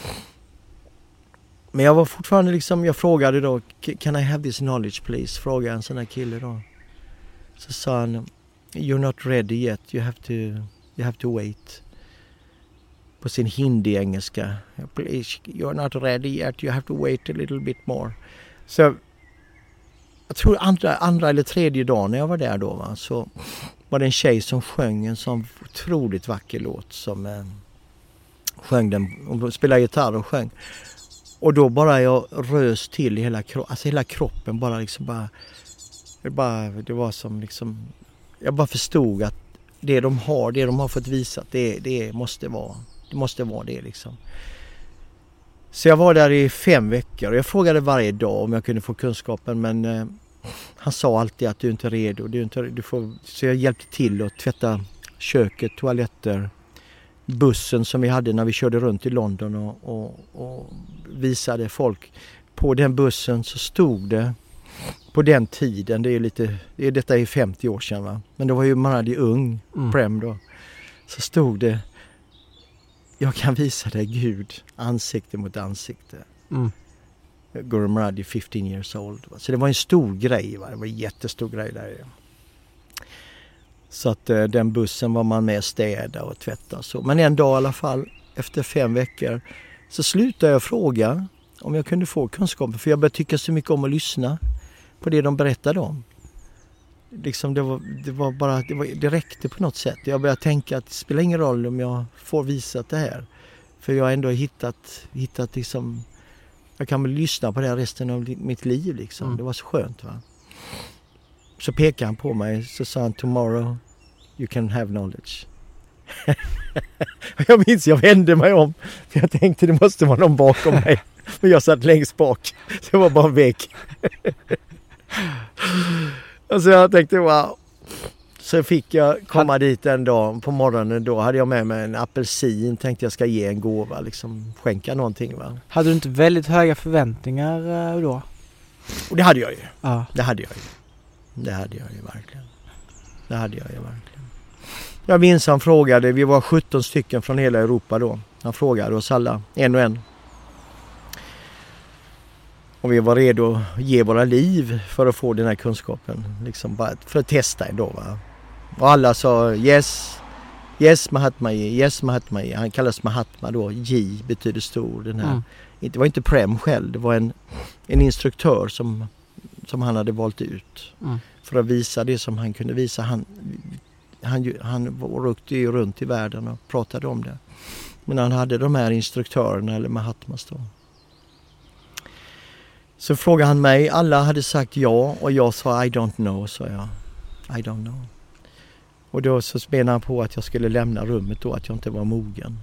Men jag var fortfarande liksom, jag frågade då, can I have this knowledge please? Frågade en sån här kille då. Så sa han, you're not ready yet, you have to, you have to wait. På sin hindi-engelska. Please, you're not ready yet. You have to wait a little bit more. Så jag tror andra, andra eller tredje dagen när jag var där då va, så var det en tjej som sjöng en sån otroligt vacker låt som eh, sjöng den, hon spelade gitarr och sjöng. Och då bara jag rös till i hela kroppen, alltså hela kroppen bara liksom bara det, bara, det var som liksom, jag bara förstod att det de har, det de har fått visat, det, det måste vara Det måste vara det liksom. Så jag var där i fem veckor och jag frågade varje dag om jag kunde få kunskapen men eh, han sa alltid att du inte är redo. Du är inte, du får, så jag hjälpte till att tvätta köket, toaletter, bussen som vi hade när vi körde runt i London och, och, och visade folk. På den bussen så stod det på den tiden, det är lite, det är, detta är femtio år sedan va. Men då var ju man hade ung, mm. Prem då. Så stod det, jag kan visa dig Gud ansikte mot ansikte. Mm. Guru Maharaj, fifteen years old. Så det var en stor grej. Va? Det var en jättestor grej där. Så att eh, den bussen var man med städa och tvätta. Så. Men en dag i alla fall, efter fem veckor, så slutade jag fråga om jag kunde få kunskaper. För jag började tycka så mycket om att lyssna på det de berättade om. Liksom det, var, det var bara, det, var, det räckte på något sätt. Jag började tänka att det spelar ingen roll om jag får visat det här. För jag har ändå hittat, hittat liksom, jag kan väl lyssna på det här resten av mitt liv liksom. Mm. Det var så skönt, va. Så pekade han på mig, så sa han, tomorrow you can have knowledge. Jag minns, jag vände mig om. För jag tänkte det måste vara någon bakom mig. Men jag satt längst bak. Så det var bara en vägg. Och så jag tänkte, wow. Så fick jag komma Had... dit en dag på morgonen. Då hade jag med mig en apelsin. Tänkte jag ska ge en gåva, liksom skänka någonting, va. Hade du inte väldigt höga förväntningar då? Och det hade jag ju. Ja. Det hade jag ju. Det hade jag ju verkligen. Det hade jag ju verkligen. Jag minns han frågade, vi var sjutton stycken från hela Europa då. Han frågade oss alla, en och en. Och vi var redo att ge våra liv för att få den här kunskapen. Liksom bara för att testa ändå, va. Och alla sa yes, yes Mahatma, yes Mahatma. Han kallas Mahatma då, J betyder stor. Den här. Mm. Det var inte Prem själv, det var en, en instruktör som, som han hade valt ut. Mm. För att visa det som han kunde visa. Han, han, han rökte ju runt i världen och pratade om det. Men han hade de här instruktörerna, eller Mahatmas då. Så frågade han mig, alla hade sagt ja och jag sa I don't know, sa jag. I don't know. Och då så menade han på att jag skulle lämna rummet då, att jag inte var mogen.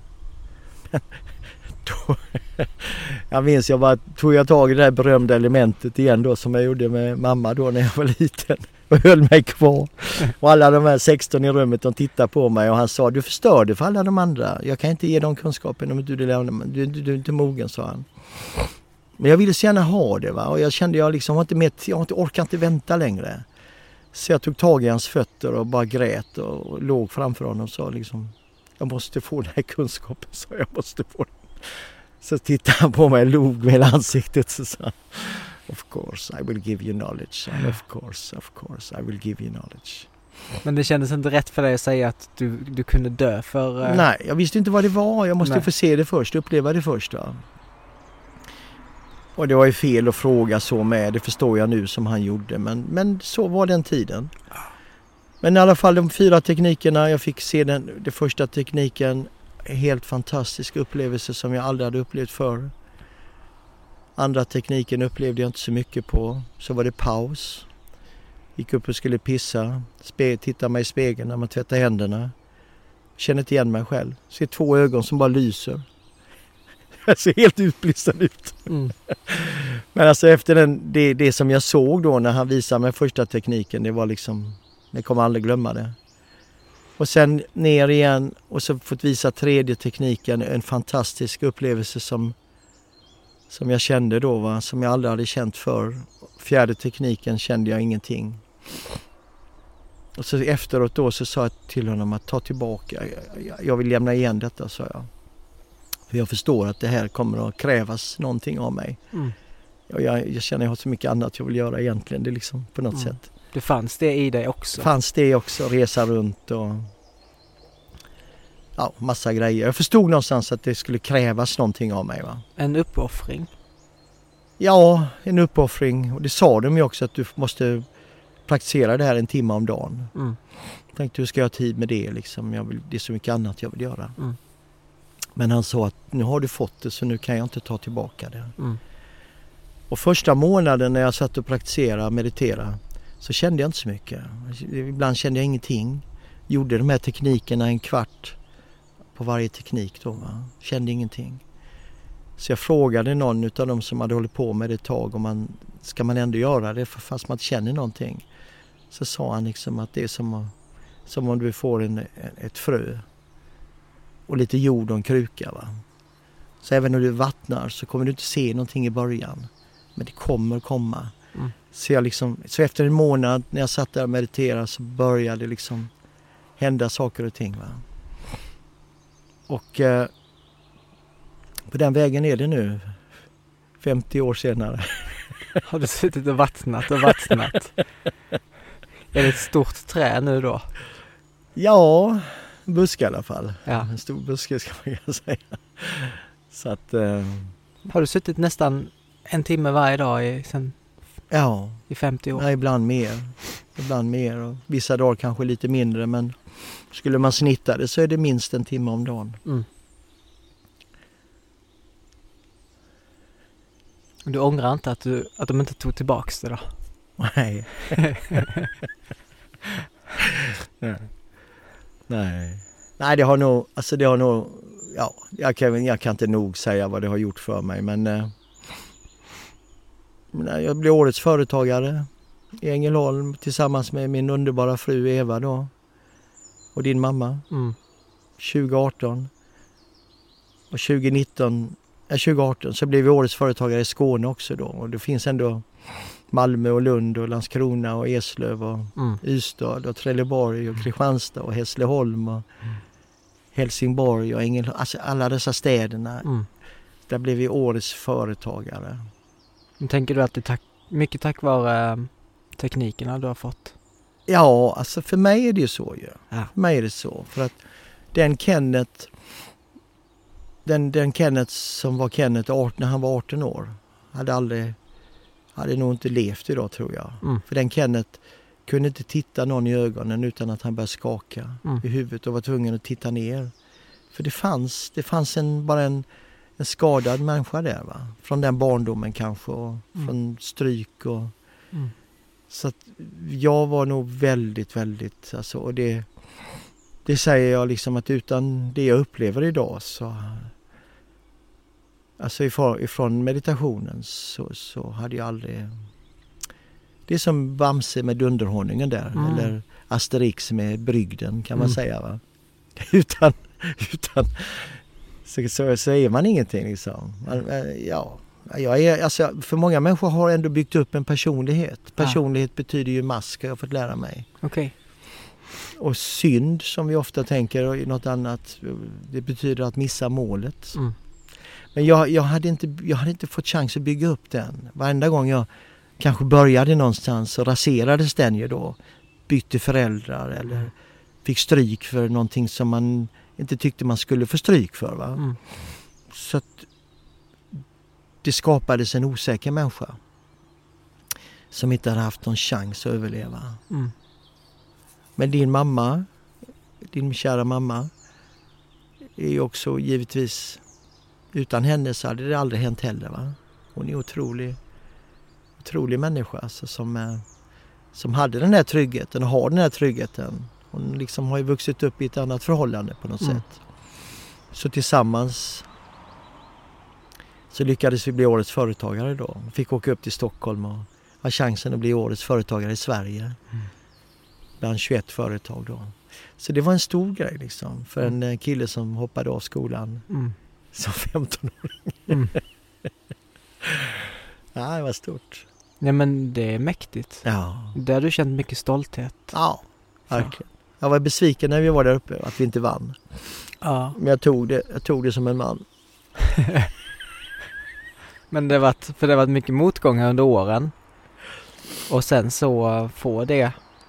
då, jag minns, jag bara tog jag tag i det här berömda elementet igen då, som jag gjorde med mamma då när jag var liten. Och höll mig kvar. Och alla de här sexton i rummet, de tittade på mig och han sa, du förstörde för alla de andra. Jag kan inte ge dem kunskapen om du, du, du, du, du är inte mogen, sa han. Men jag ville så gärna ha det, va. Och jag kände jag liksom inte med, jag inte, orkar inte vänta längre. Så jag tog tag i hans fötter och bara grät och, och låg framför honom och sa liksom, jag måste få den här kunskapen, så jag måste få den. Så tittade han på mig och log med hela ansiktet och sa, of course I will give you knowledge. And of course, of course I will give you knowledge. Men det kändes inte rätt för dig att säga att du, du kunde dö för... Uh... Nej, jag visste inte vad det var. Jag måste Nej. få se det först, uppleva det först, va. Och det var ju fel att fråga så med, det förstår jag nu som han gjorde, men, men så var den tiden. Men i alla fall de fyra teknikerna, jag fick se den, den första tekniken, helt fantastisk upplevelse som jag aldrig hade upplevt förr. Andra tekniken upplevde jag inte så mycket på, så var det paus. Gick upp och skulle pissa, spe, titta mig i spegeln när man tvättar händerna. Känner inte igen mig själv, ser två ögon som bara lyser. Jag ser helt utblistad ut. Mm. Men alltså efter den, det, det som jag såg då när han visade mig första tekniken, det var liksom, jag kommer aldrig glömma det. Och sen ner igen och så fått visa tredje tekniken, en fantastisk upplevelse som, som jag kände då, va? Som jag aldrig hade känt för. Fjärde tekniken kände jag ingenting. Och så efteråt då så sa jag till honom att ta tillbaka, jag, jag vill lämna igen detta, sa jag. För jag förstår att det här kommer att krävas någonting av mig. Mm. Och jag, jag känner att jag har så mycket annat jag vill göra egentligen. Det liksom på något mm. sätt. Det fanns det i dig också? Fanns det också. Resa runt och ja, massa grejer. Jag förstod någonstans att det skulle krävas någonting av mig, va? En uppoffring? Ja, en uppoffring. Och det sa de ju också, att du måste praktisera det här en timme om dagen. Mm. Jag tänkte, hur ska jag ha tid med det? Liksom? Jag vill, det är så mycket annat jag vill göra. Mm. Men han sa att nu har du fått det, så nu kan jag inte ta tillbaka det. Mm. Och första månaden när jag satt och praktiserade, meditera, så kände jag inte så mycket. Ibland kände jag ingenting. Gjorde de här teknikerna en kvart på varje teknik då, va? Kände ingenting. Så jag frågade någon av dem som hade hållit på med det ett tag om man, ska man ändå göra det fast man inte känner någonting. Så sa han liksom att det är som, som om du får en, ett frö och lite jord och en kruka, va. Så även när du vattnar så kommer du inte se någonting i början. Men det kommer komma. Mm. Så, jag liksom, så efter en månad när jag satt där och mediterade så började det liksom hända saker och ting, va. Och eh, på den vägen är det nu, femtio år senare. Har du suttit och vattnat och vattnat? Är det ett stort trä nu då? Ja, en buske i alla fall. Ja. En stor buske ska man kunna säga. Så att... Eh, Har du suttit nästan en timme varje dag i, sen, ja, i femtio år? ja, ibland mer. Ibland mer och vissa dagar kanske lite mindre, men skulle man snitta det så är det minst en timme om dagen. Mm. Du ångrar inte att, du, att de inte tog tillbaks det då? Nej. Nej. Nej. Nej, det har nog, alltså det har nog, ja, jag kan, jag kan inte nog säga vad det har gjort för mig, men eh, jag blev årets företagare i Ängelholm tillsammans med min underbara fru Eva då och din mamma. Mm. tjugo arton och tjugo nitton, ja, tjugo arton så blev vi årets företagare i Skåne också då, och det finns ändå Malmö och Lund och Landskrona och Eslöv och Mm. Ystad och Trelleborg och Kristianstad och Hässleholm och Mm. Helsingborg och Ängelholm, alltså alla dessa städerna. Mm. Där blev vi årets företagare. Men tänker du att det är tack, mycket tack vare äh, teknikerna du har fått? Ja, alltså för mig är det ju så ju. Ja. För mig är det så. För att den Kenneth, den, den Kenneth som var Kenneth arton, när han var arton år, hade aldrig, hade nog inte levt idag tror jag. Mm. För den Kenneth kunde inte titta någon i ögonen utan att han började skaka Mm. i huvudet och var tvungen att titta ner. För det fanns, det fanns en, bara en, en skadad människa där va. Från den barndomen kanske och Mm. från stryk och Mm. så att jag var nog väldigt, väldigt alltså, och det, det säger jag liksom att utan det jag upplever idag så alltså ifrån, ifrån meditationen så, så hade jag aldrig, det är som Bamse med dunderhonungen där Mm. eller Asterix med brygden kan man Mm. säga va. Utan, utan så, så, så är man ingenting liksom. Man, ja, jag är, alltså, för många människor har ändå byggt upp en personlighet. Personlighet ja. betyder ju mask, har jag fått lära mig. Okay. Och synd som vi ofta tänker i något annat, det betyder att missa målet. Mm. Men jag, jag, hade inte, jag hade inte fått chans att bygga upp den. Varenda gång jag kanske började någonstans så raserades den ju då. Bytte föräldrar eller mm. fick stryk för någonting som man inte tyckte man skulle få stryk för. Va? Mm. Så att det skapades en osäker människa som inte hade haft någon chans att överleva. Mm. Men din mamma, din kära mamma, är ju också givetvis, utan henne så hade det aldrig hänt heller. Va? Hon är otrolig, otrolig människa alltså, som, som hade den här tryggheten och har den här tryggheten. Hon liksom har ju vuxit upp i ett annat förhållande på något mm. sätt. Så tillsammans så lyckades vi bli årets företagare då. Vi fick åka upp till Stockholm och ha chansen att bli årets företagare i Sverige. Mm. Bland tjugoett företag då. Så det var en stor grej liksom. För mm. en kille som hoppade av skolan mm. som femton-åring. Mm. Ja, det var stort. Nej men det är mäktigt. Ja. Där har du känt mycket stolthet. Ja, verkligen. Jag var besviken när vi var där uppe att vi inte vann. Ja. Men jag tog det, jag tog det som en man. Men det var, för det var mycket motgångar under åren. Och sen så får det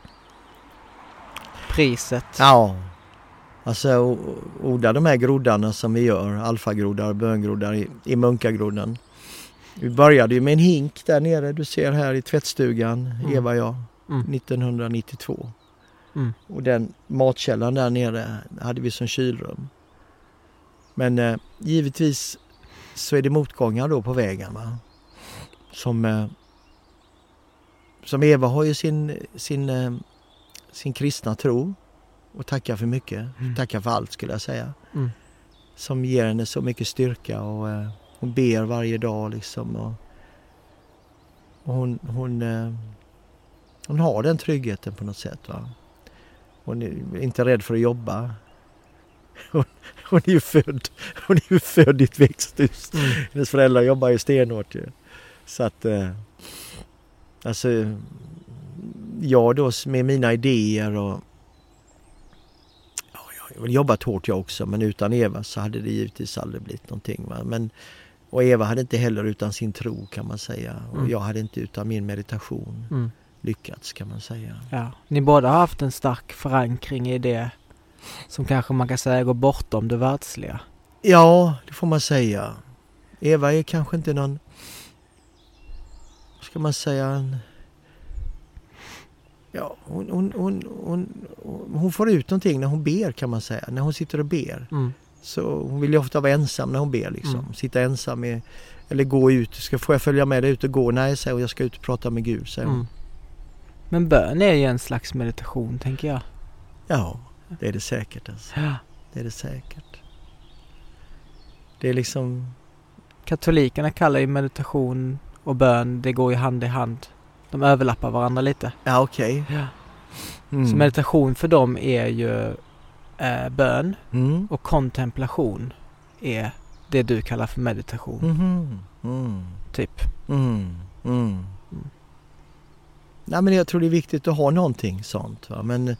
priset. Ja. Alltså odla de här groddarna som vi gör. Alfagroddar, böngroddar i, i munkagrodden. Vi började ju med en hink där nere. Du ser här i tvättstugan, mm. Eva och jag, mm. nittonhundranittiotvå. Mm. Och den matkällan där nere hade vi som kylrum. Men eh, givetvis så är det motgångar då på vägen. Va? Som, eh, som Eva har ju sin, sin, eh, sin kristna tro. Och tackar för mycket. Mm. Tackar för allt skulle jag säga. Mm. Som ger henne så mycket styrka. Och eh, hon ber varje dag liksom. Och, och hon, hon, eh, hon har den tryggheten på något sätt. Va? Hon är inte rädd för att jobba. Hon, hon är ju född, hon är ju född i ett växthus. Mm. Hennes föräldrar jobbar ju stenhårt ju. Så att eh, alltså jag då med mina idéer och ja, jag har jobbat hårt jag också, men utan Eva så hade det givetvis aldrig blivit någonting. Va? Men, och Eva hade inte heller utan sin tro kan man säga. Och mm. jag hade inte utan min meditation. Mm. lyckats kan man säga. Ja. Ni båda har haft en stark förankring i det som kanske man kan säga går bortom det världsliga. Ja, det får man säga. Eva är kanske inte någon, ska man säga, en, ja, hon, hon, hon, hon, hon får ut någonting när hon ber kan man säga. När hon sitter och ber. Mm. Så hon vill ju ofta vara ensam när hon ber liksom. Mm. Sitta ensam med, eller gå ut. Ska, får jag följa med dig ut och gå? Nej, säger hon, jag ska ut och prata med Gud, säger hon. Mm. Men bön är ju en slags meditation, tänker jag. Ja, det är det säkert alltså. Ja. Det är det säkert. Det är liksom... Katolikerna kallar ju meditation och bön, det går ju hand i hand. De överlappar varandra lite. Ja, okej. Okay. Ja. Mm. Så meditation för dem är ju eh, bön Mm. och kontemplation är det du kallar för meditation. Mm. Mm. Typ. Mm. Mm. Mm. Nej, men jag tror det är viktigt att ha någonting sånt. Va? Men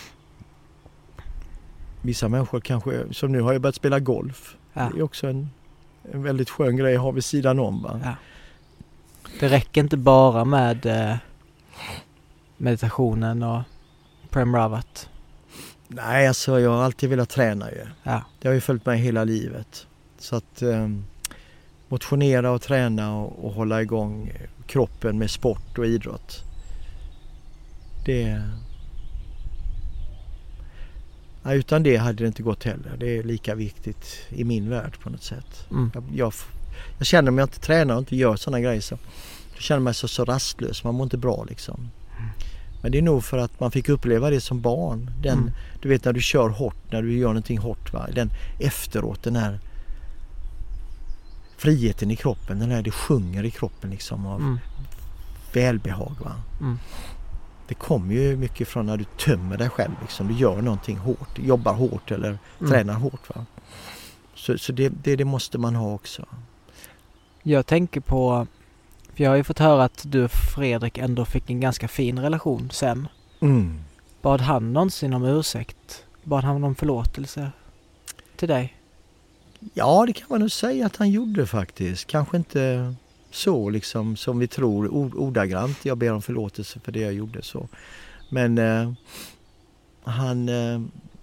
vissa människor kanske, som nu har jag börjat spela golf. Ja. Det är också en, en väldigt skön grej att ha vid sidan om. Va? Ja. Det räcker inte bara med eh, meditationen och Prem Rawat. Nej, alltså jag har alltid velat träna ju. Ja. Det har ju följt mig hela livet. Så att eh, motionera och träna och, och hålla igång kroppen med sport och idrott. Det... Ja, utan det hade det inte gått heller. Det är lika viktigt i min värld på något sätt. Mm. Jag, jag, jag känner mig inte tränar och inte gör sådana grejer så jag känner mig så, så rastlös. Man mår inte bra liksom. Mm. Men det är nog för att man fick uppleva det som barn. Den, Mm. Du vet när du kör hårt, när du gör någonting hårt. Va? Den efteråt, den här friheten i kroppen. Den här det sjunger i kroppen liksom av Mm. välbehag. Va? Mm. Det kommer ju mycket från när du tömmer dig själv. Liksom. Du gör någonting hårt, jobbar hårt eller Mm. tränar hårt. Va? Så, så det, det, det måste man ha också. Jag tänker på, för jag har ju fått höra att du och Fredrik ändå fick en ganska fin relation sen. Mm. Bad han någonsin om ursäkt? Bad han om förlåtelse till dig? Ja, det kan man nog säga att han gjorde faktiskt. Kanske inte så liksom som vi tror ord, ordagrant. Jag ber om förlåtelse för det jag gjorde så. Men eh, han, eh,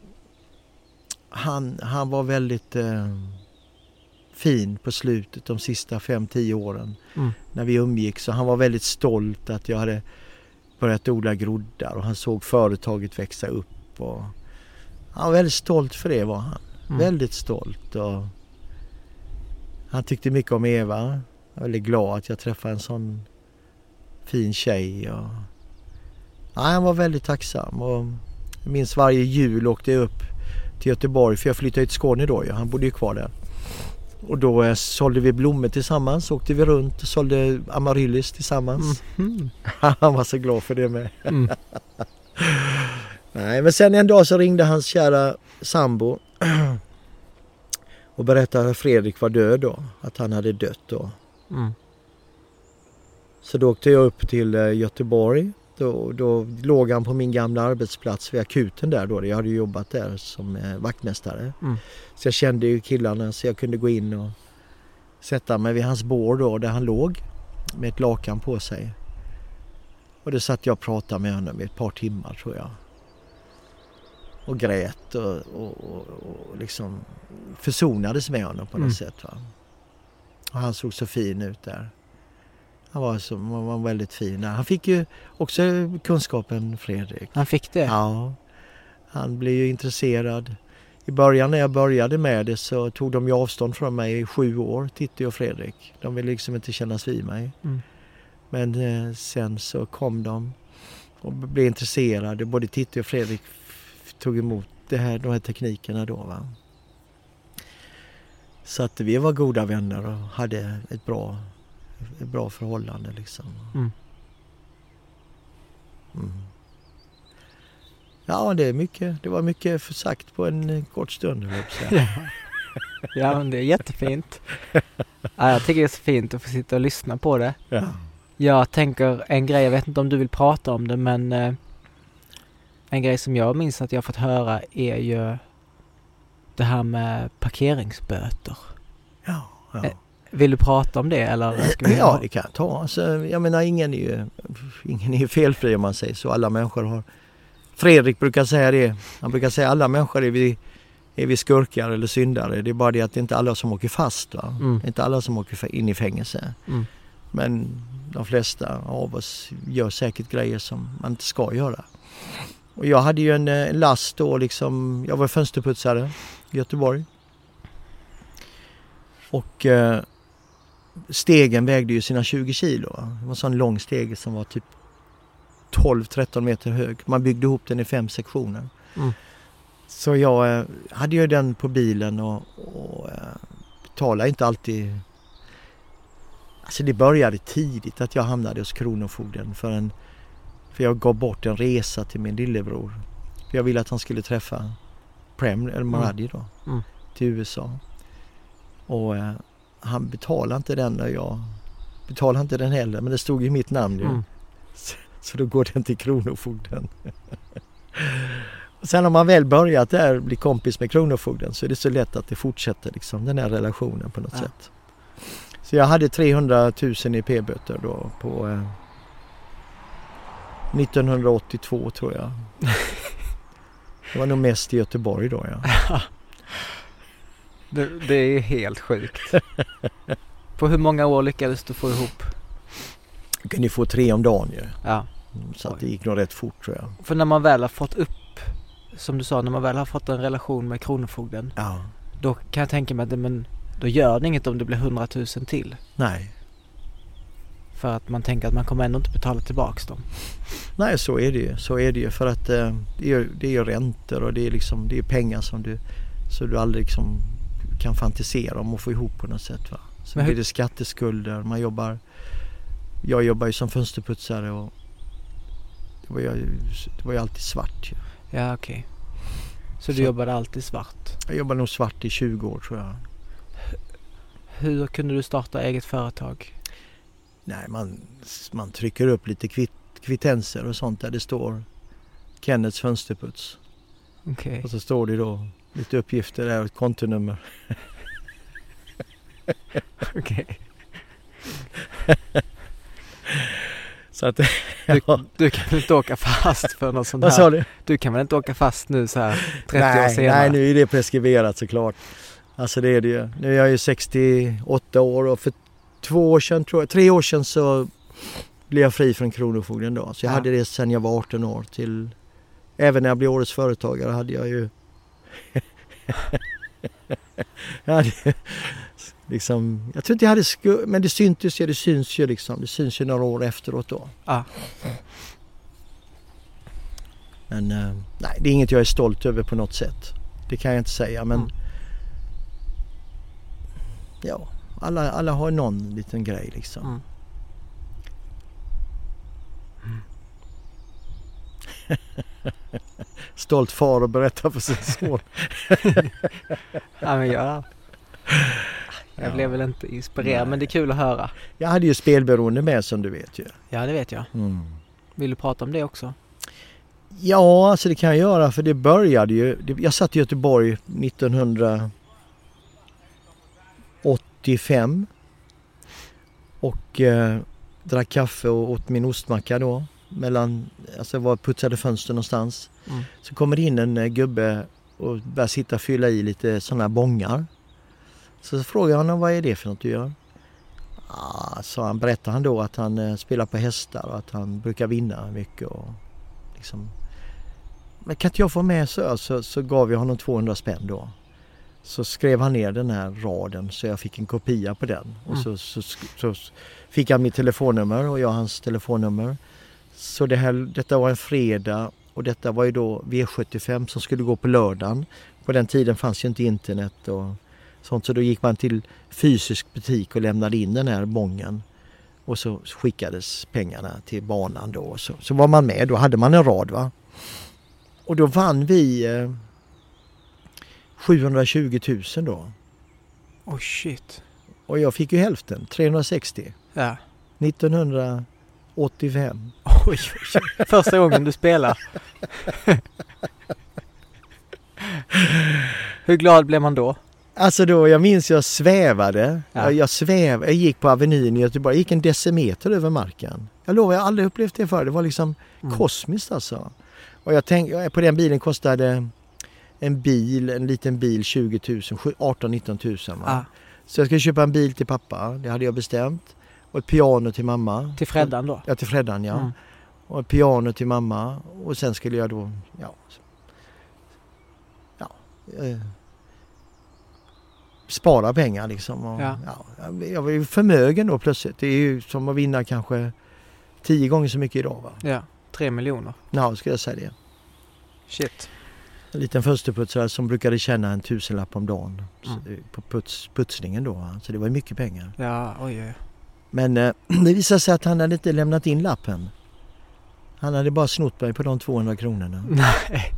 han, han var väldigt eh, fin på slutet de sista fem, tio åren. Mm. När vi umgicks. Så han var väldigt stolt att jag hade börjat odla groddar och han såg företaget växa upp. Och han var väldigt stolt för det var han. Mm. Väldigt stolt. Och han tyckte mycket om Eva. Jag är väldigt glad att jag träffade en sån fin tjej. Och ja, han var väldigt tacksam. Och jag minns varje jul åkte jag upp till Göteborg. För jag flyttade till Skåne då. Ja. Han bodde ju kvar där. Och då eh, sålde vi blommor tillsammans. Åkte vi runt och sålde amaryllis tillsammans. Mm. Han var så glad för det med. Mm. Nej, men sen en dag så ringde hans kära sambo och berättade att Fredrik var död då. Att han hade dött då. Mm. Så då åkte jag upp till Göteborg. Då, då låg han på min gamla arbetsplats vid akuten där då. Jag hade jobbat där som vaktmästare. Mm. Så jag kände ju killarna så jag kunde gå in och sätta mig vid hans bord då där han låg med ett lakan på sig. Och då satt jag och pratade med honom i ett par timmar tror jag. Och grät och, och, och, och liksom försonades med honom på något mm. sätt. Va? Och han såg så fin ut där. Han var, så, han var väldigt fin. Han fick ju också kunskapen Fredrik. Han fick det? Ja. Han blev ju intresserad. I början när jag började med det så tog de ju avstånd från mig i sju år, Titti och Fredrik. De ville liksom inte kännas vid mig. Mm. Men eh, sen så kom de och blev intresserade. Både Titti och Fredrik f- tog emot det här, de här teknikerna då. Va? Så att vi var goda vänner och hade ett bra, ett bra förhållande liksom. Mm. Mm. Ja, det är mycket. Det var mycket för sagt på en kort stund. Ja. Ja, men det är jättefint. Ja, jag tycker det är så fint att få sitta och lyssna på det. Ja. Jag tänker en grej, jag vet inte om du vill prata om det, men eh, en grej som jag minns att jag fått höra är ju det här med parkeringsböter. Ja, ja. Eh, Vill du prata om det eller? Ska vi ja, det kan jag ta. Alltså, jag menar, ingen är ju ingen är ju felfri om man säger så. Alla människor har... Fredrik brukar säga det. Han brukar säga alla människor är vi, är vi skurkar eller syndare. Det är bara det att det inte är alla som åker fast. Va? Mm. Inte alla som åker in i fängelse. Mm. Men de flesta av oss gör säkert grejer som man inte ska göra. Och jag hade ju en, en last då liksom. Jag var fönsterputsare i Göteborg. Och eh, stegen vägde ju sina tjugo kilo. Det var en sån lång steg som var typ tolv tretton meter hög. Man byggde ihop den i fem sektioner. Mm. Så jag eh, hade ju den på bilen och, och eh, betalade inte alltid. Alltså det började tidigt att jag hamnade hos Kronofogden för en för jag gav bort en resa till min lillebror. För jag ville att han skulle träffa Prem eller Maradi då Mm. till U S A. Och eh, han betalade inte den och jag betalade inte den heller, men det stod ju mitt namn ju. Mm. Så, så då går den till Kronofogden. Och sen har man väl börjat där bli kompis med Kronofogden så är det så lätt att det fortsätter liksom den här relationen på något Ja. sätt. Så jag hade trehundratusen i p-böter då på eh, nittonhundraåttiotvå tror jag. Det var nog mest i Göteborg då, ja. Det, det är helt sjukt. På hur många år lyckades du få ihop? Jag kunde få tre om dagen ju. Ja. Så att det gick nog rätt fort tror jag. För när man väl har fått upp, som du sa, när man väl har fått en relation med Kronofogden, Ja. då kan jag tänka mig att det, men, då gör det inget om det blir hundratusen till. Nej. För att man tänker att man kommer ändå inte betala tillbaka dem. Nej, så är det ju. Så är det ju för att eh, det, är, det är ju räntor och det är liksom det är pengar som du så du aldrig liksom kan fantisera om att få ihop på något sätt, va. Så Men hur- blir det skatteskulder. Man jobbar jag jobbar ju som fönsterputsare och det var ju, det var ju alltid svart ju. Ja, okej. Så du Så- jobbade alltid svart. Jag jobbade nog svart i tjugo år tror jag. Hur kunde du starta eget företag? Nej, man, man trycker upp lite kvitt, kvittenser och sånt där det står Kennets fönsterputs. Okej. Och så står det då lite uppgifter där och ett kontonummer. Okej. Så att, Du, ja. du kan väl inte åka fast för något sånt Vad sa här? du? Du kan väl inte åka fast nu så här trettio nej, år senare? nej, nu är det preskriberat såklart. Alltså det är det ju. Nu är jag ju sextioåtta år och för två år sedan, tror jag, tre år sedan så blev jag fri från Kronofogden då. Så jag Ja. hade det sedan jag var arton år till, även när jag blev årets företagare hade jag ju jag hade ju liksom, jag tror inte jag hade sku, men det syntes ju, det syns ju liksom, det syns ju några år efteråt då. Ja. Men eh, nej, det är inget jag är stolt över på något sätt. Det kan jag inte säga, men Mm. ja, alla, alla har någon liten grej liksom. Mm. Stolt far och berättar för sin son. Ja, men jag, jag Ja. blev väl inte inspirerad, Nej. men det är kul att höra. Jag hade ju spelberoende med som du vet ju. Ja, det vet jag. Mm. Vill du prata om det också? Ja, alltså det kan jag göra för det började ju. det- Jag satt i Göteborg nittonhundraåttiofem och eh, drack kaffe och åt min ostmacka då. Mellan, alltså jag var putsade fönster någonstans. Mm. Så kommer det in en eh, gubbe och börjar sitta och fylla i lite sådana bångar. Så frågar jag honom, vad är det för något du gör? Ah, så han berättar han då att han eh, spelar på hästar och att han brukar vinna mycket. Och liksom. Men kan inte jag få med så, så, så gav jag honom tvåhundra spänn då. Så skrev han ner den här raden så jag fick en kopia på den. Och Mm. så, så, så, så fick han mitt telefonnummer och jag hans telefonnummer. Så det här, detta var en fredag och detta var ju då V sjuttiofem som skulle gå på lördagen. På den tiden fanns ju inte internet och sånt, så då gick man till fysisk butik och lämnade in den här bången. Och så skickades pengarna till banan då. Så, så var man med, då hade man en rad, va. Och då vann vi eh, sjuhundratjugo tusen då. Oh shit. Och jag fick ju hälften, trehundrasextio. Ja. nittonhundraåttiofem. Oj, oj, oj. Första gången du spelar. Hur glad blev man då? Alltså då, jag minns jag svävade. Ja. Jag, jag sväv, jag gick på Avenyn i Göteborg. Jag gick en decimeter över marken. Jag lovar, jag har aldrig upplevt det förr. Det var liksom Mm. kosmiskt alltså. Och jag tänkte, på den bilen kostade en bil, en liten bil tjugo tusen, arton nitton tusen. Va? Ah, Så jag skulle köpa en bil till pappa, det hade jag bestämt. Och ett piano till mamma. till Freddan då? Ja, till Freddan, ja. Mm. Och ett piano till mamma. Och sen skulle jag då, ja... ja eh, spara pengar liksom. Och, Ja. ja, jag var ju förmögen då plötsligt. Det är ju som att vinna kanske tio gånger så mycket idag, va? Ja, tre miljoner. Ja, ska jag säga det. Shit. En liten fönsterputsare som brukade tjäna en tusenlapp om dagen Mm. på puts, putsningen då. Va? Så det var ju mycket pengar. Ja, oj, oj. Men eh, det visade sig att han hade inte lämnat in lappen. Han hade bara snott mig på de tvåhundra kronorna. Nej.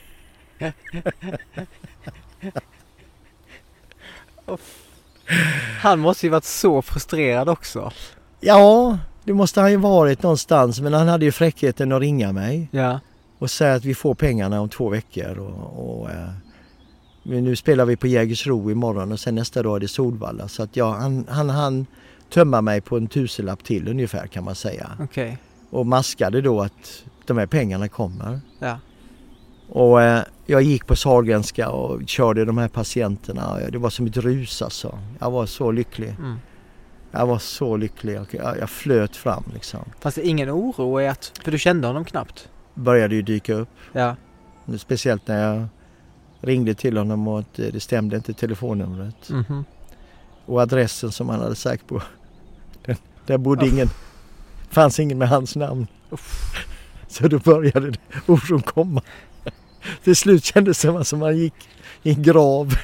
Han måste ju varit så frustrerad också. Ja, det måste han ju varit någonstans. Men han hade ju fräckheten att ringa mig. Ja. Och säga att vi får pengarna om två veckor. Och, och, eh, nu spelar vi på Jägersro imorgon och sen nästa dag är det Solvalla. Så att ja, han, han, han tömma mig på en tusenlapp till ungefär kan man säga. Okej. Okay. Och maskade då att de här pengarna kommer. Ja. Och eh, jag gick på Sahlgrenska och körde de här patienterna. Det var som ett rus alltså. Jag var så lycklig. Mm. Jag var så lycklig. Jag, jag flöt fram liksom. Fast det är ingen oro i att... För du kände honom knappt. Började ju dyka upp. Ja. Speciellt när jag ringde till honom och det stämde inte telefonnumret. Mm-hmm. Och adressen som han hade sagt på. Den, där bodde ingen. Fanns ingen med hans namn. Uff. Så då började det oron komma. Till slut kändes det som att man gick i en grav.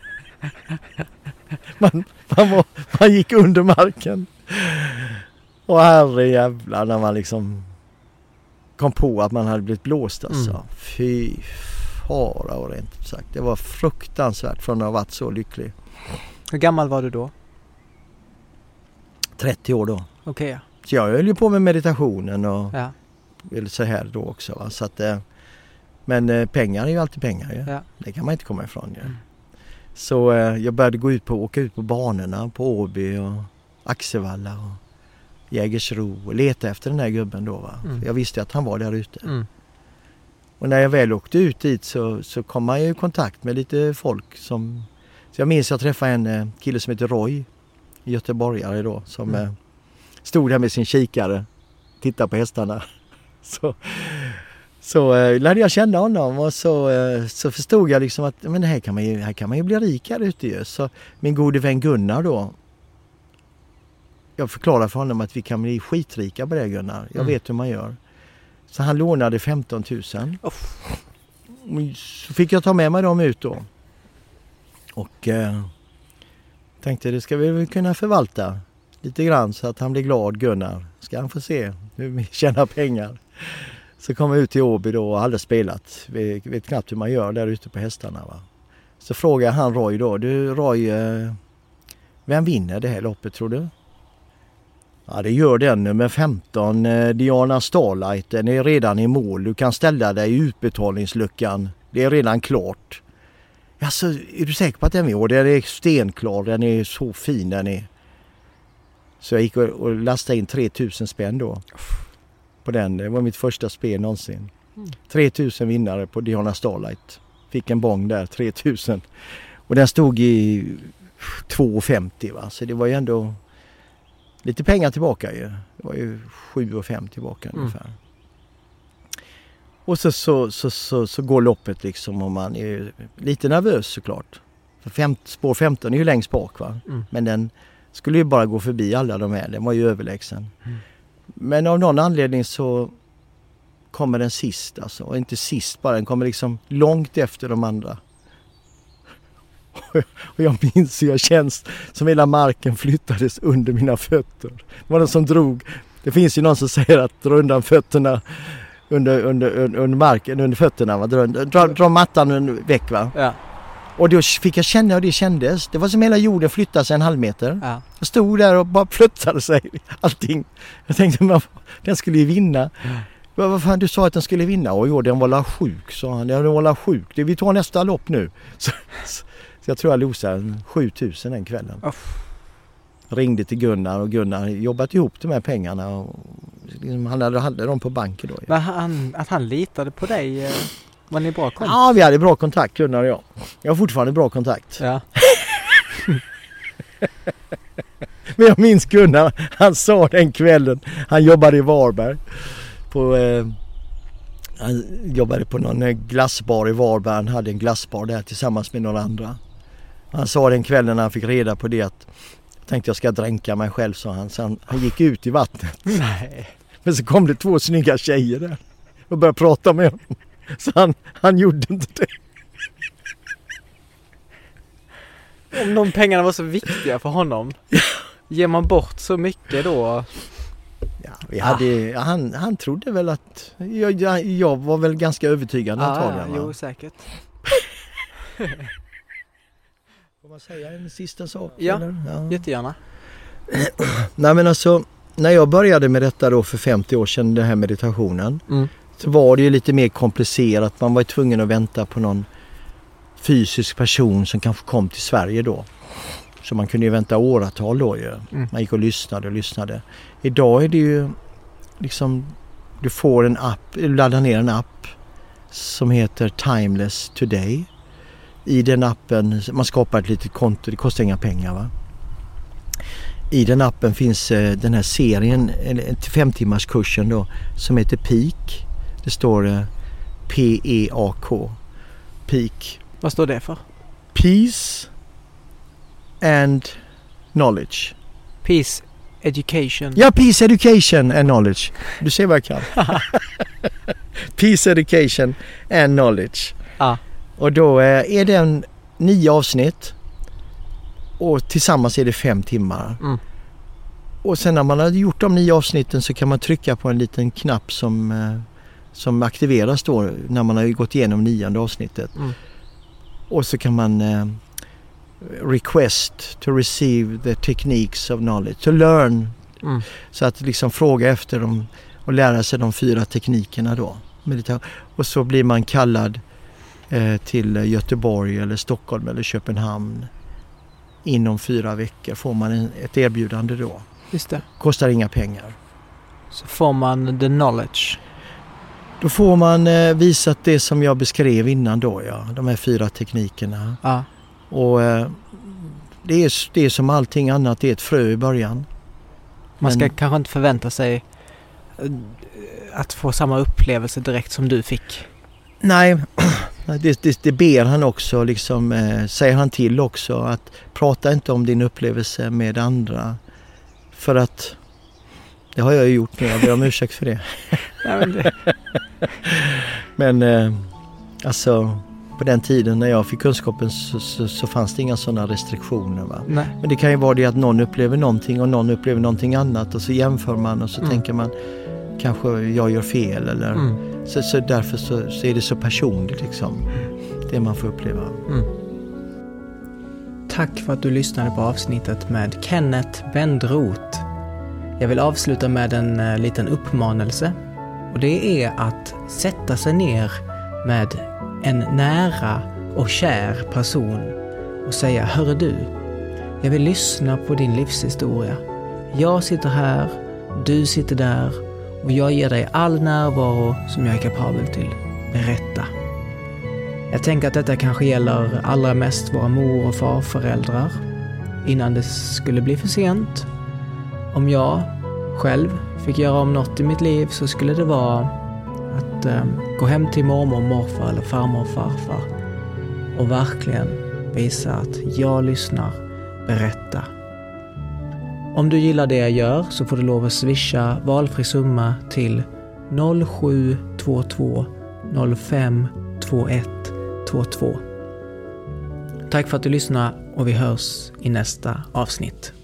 Man, man, var, man gick under marken. Och herre jävlar när man liksom kom på att man hade blivit blåst alltså. Mm. Fy fara och rent sagt. Det var fruktansvärt från att ha varit så lycklig. Hur gammal var du då? trettio år då. Okej. Okay. Så jag höll ju på med meditationen och ja. Eller så här då också. Va? Så att, men pengar är ju alltid pengar. Ja? Ja. Det kan man inte komma ifrån. Ja? Mm. Så jag började gå ut på, åka ut på banorna på Åby och Axevalla och Jägersro och leta efter den här gubben då. Va? Mm. Jag visste att han var där ute. Mm. Och när jag väl åkte ut dit så, så kom man ju i kontakt med lite folk som... Så jag minns att jag träffade en kille som heter Roy, göteborgare då, som mm. stod där med sin kikare, tittade på hästarna. Så, så eh, lärde jag känna honom och så, eh, så förstod jag liksom att men här, kan man ju, här kan man ju bli rik här ute ju. Så min gode vän Gunnar då, jag förklarade för honom att vi kan bli skitrika på det Gunnar. Jag mm. vet hur man gör. Så han lånade femton tusen. Oh. Så fick jag ta med mig dem ut då. Och eh, tänkte det ska vi väl kunna förvalta lite grann så att han blir glad Gunnar. Ska han få se hur vi tjänar pengar. Så kom jag ut till Åby då och hade spelat. Vi vet knappt hur man gör där ute på hästarna va. Så frågade han Roy då. Du Roy, eh, vem vinner det här loppet tror du? Ja det gör den nummer femton. Eh, Diana Starlight. Den är redan i mål. Du kan ställa dig i utbetalningsluckan. Det är redan klart. Alltså, är du säker på att den är med? Den är stenklar. Den är så fin den är. Så jag gick och, och lastade in tre tusen spänn då. På den. Det var mitt första spel någonsin. Mm. tre tusen vinnare på Diana Starlight. Fick en bång där, tre tusen. Och den stod i två femtio va. Så det var ju ändå lite pengar tillbaka ju. Det var ju sju fem tillbaka mm. ungefär. Och så, så, så, så, så går loppet liksom och man är lite nervös såklart. För fem, spår femton är ju längst bak va. Mm. Men den skulle ju bara gå förbi alla de här. Den var ju överlägsen. Mm. Men av någon anledning så kommer den sist alltså. Och inte sist bara, den kommer liksom långt efter de andra. Och jag minns hur jag känns som hela marken flyttades under mina fötter. Det var den som drog. Det finns ju någon som säger att dra undan fötterna under, under, under, under marken, under fötterna. Va? Dra, dra, dra mattan väck va? Ja. Och då fick jag känna hur det kändes. Det var som hela jorden flyttade sig en halv meter. Ja. Jag stod där och bara flyttade sig. Allting. Jag tänkte, man, den skulle ju vinna. Ja. Vad fan, du sa att den skulle vinna. Och jo, den var la sjuk, sa han. Den var la sjuk. Det, vi tar nästa lopp nu. Så, så, så Så jag tror jag losade sjutusen den kvällen. Uff. Ringde till Gunnar och Gunnar jobbat ihop de här pengarna. Och liksom han hade, hade dem på banken då. Ja. Men han, att han litade på dig, eh, var ni bra kontakt? Ja, vi hade bra kontakt, Gunnar och jag. Jag har fortfarande bra kontakt. Ja. Men jag minns Gunnar, han sa den kvällen, han jobbade i Varberg. På, eh, han jobbade på någon glassbar i Varberg, han hade en glassbar där tillsammans med några andra. Han sa den kvällen när han fick reda på det att jag tänkte jag ska dränka mig själv, så han. Så han, han gick ut i vattnet. Nej. Men så kom det två snygga tjejer där och började prata med honom. Så han, han gjorde inte det. Om de pengarna var så viktiga för honom, ger man bort så mycket då? Ja, vi hade, ah. han, han trodde väl att jag, jag, jag var väl ganska övertygande Ah, antagligen. jo, säkert. Får man säga en sista sak? Ja, eller? Ja. jättegärna. Nej, men alltså, när jag började med detta då för femtio år sedan, den här meditationen, Mm. så var det ju lite mer komplicerat. Man var ju tvungen att vänta på någon fysisk person som kanske kom till Sverige då. Så man kunde ju vänta åratal då ju. Mm. Man gick och lyssnade och lyssnade. Idag är det ju liksom, du får en app, laddar ner en app som heter Timeless Today. I den appen, man skapar ett litet konto, det kostar inga pengar va. I den appen finns eh, den här serien, en fem timmars kursen då, som heter Peak. Det står eh, P E A K. Peak. Vad står det för? Peace and knowledge. Peace Education. Ja, Peace Education and knowledge. Du ser vad jag kan. Peace Education and knowledge. Ah. Och då eh, är det en nio avsnitt. Och tillsammans är det fem timmar. Mm. Och sen när man har gjort de nio avsnitten så kan man trycka på en liten knapp som, eh, som aktiveras då när man har gått igenom nionde avsnittet. Mm. Och så kan man eh, request to receive the techniques of knowledge, to learn. Mm. Så att liksom fråga efter dem och lära sig de fyra teknikerna då. Och så blir man kallad eh, till Göteborg eller Stockholm eller Köpenhamn. Inom fyra veckor får man en, ett erbjudande då. Just det. Kostar inga pengar. Så får man the knowledge. Då får man eh, visat det som jag beskrev innan då, ja. De här fyra teknikerna. Ja. Och eh, det, är, det är som allting annat, det är ett frö i början. Man ska Men, kanske inte förvänta sig eh, att få samma upplevelse direkt som du fick. Nej, det, det, det ber han också, liksom, eh, säger han till också, att prata inte om din upplevelse med andra. För att, det har jag ju gjort nu, jag ber om ursäkt för det. Nej, men det... Men eh, alltså, på den tiden när jag fick kunskapen så, så, så fanns det inga sådana restriktioner va. Nej. Men det kan ju vara det att någon upplever någonting och någon upplever någonting annat och så jämför man och så Mm. tänker man kanske jag gör fel eller Mm. så, så därför så, så är det så personligt liksom, det man får uppleva. Mm. Tack för att du lyssnade på avsnittet med Kenneth Bendroth. Jag vill avsluta med en uh, liten uppmanelse. Och det är att sätta sig ner med en nära och kär person och säga: hörru du, jag vill lyssna på din livshistoria. Jag sitter här, du sitter där och jag ger dig all närvaro som jag är kapabel till. Berätta. Jag tänker att detta kanske gäller allra mest våra mor- och farföräldrar innan det skulle bli för sent. Om jag själv fick göra om något i mitt liv så skulle det vara att eh, gå hem till mormor, morfar eller farmor och farfar och verkligen visa att jag lyssnar, berätta. Om du gillar det jag gör så får du lov att swisha valfri summa till noll sju två två noll fem två ett två två. Tack för att du lyssnar och vi hörs i nästa avsnitt.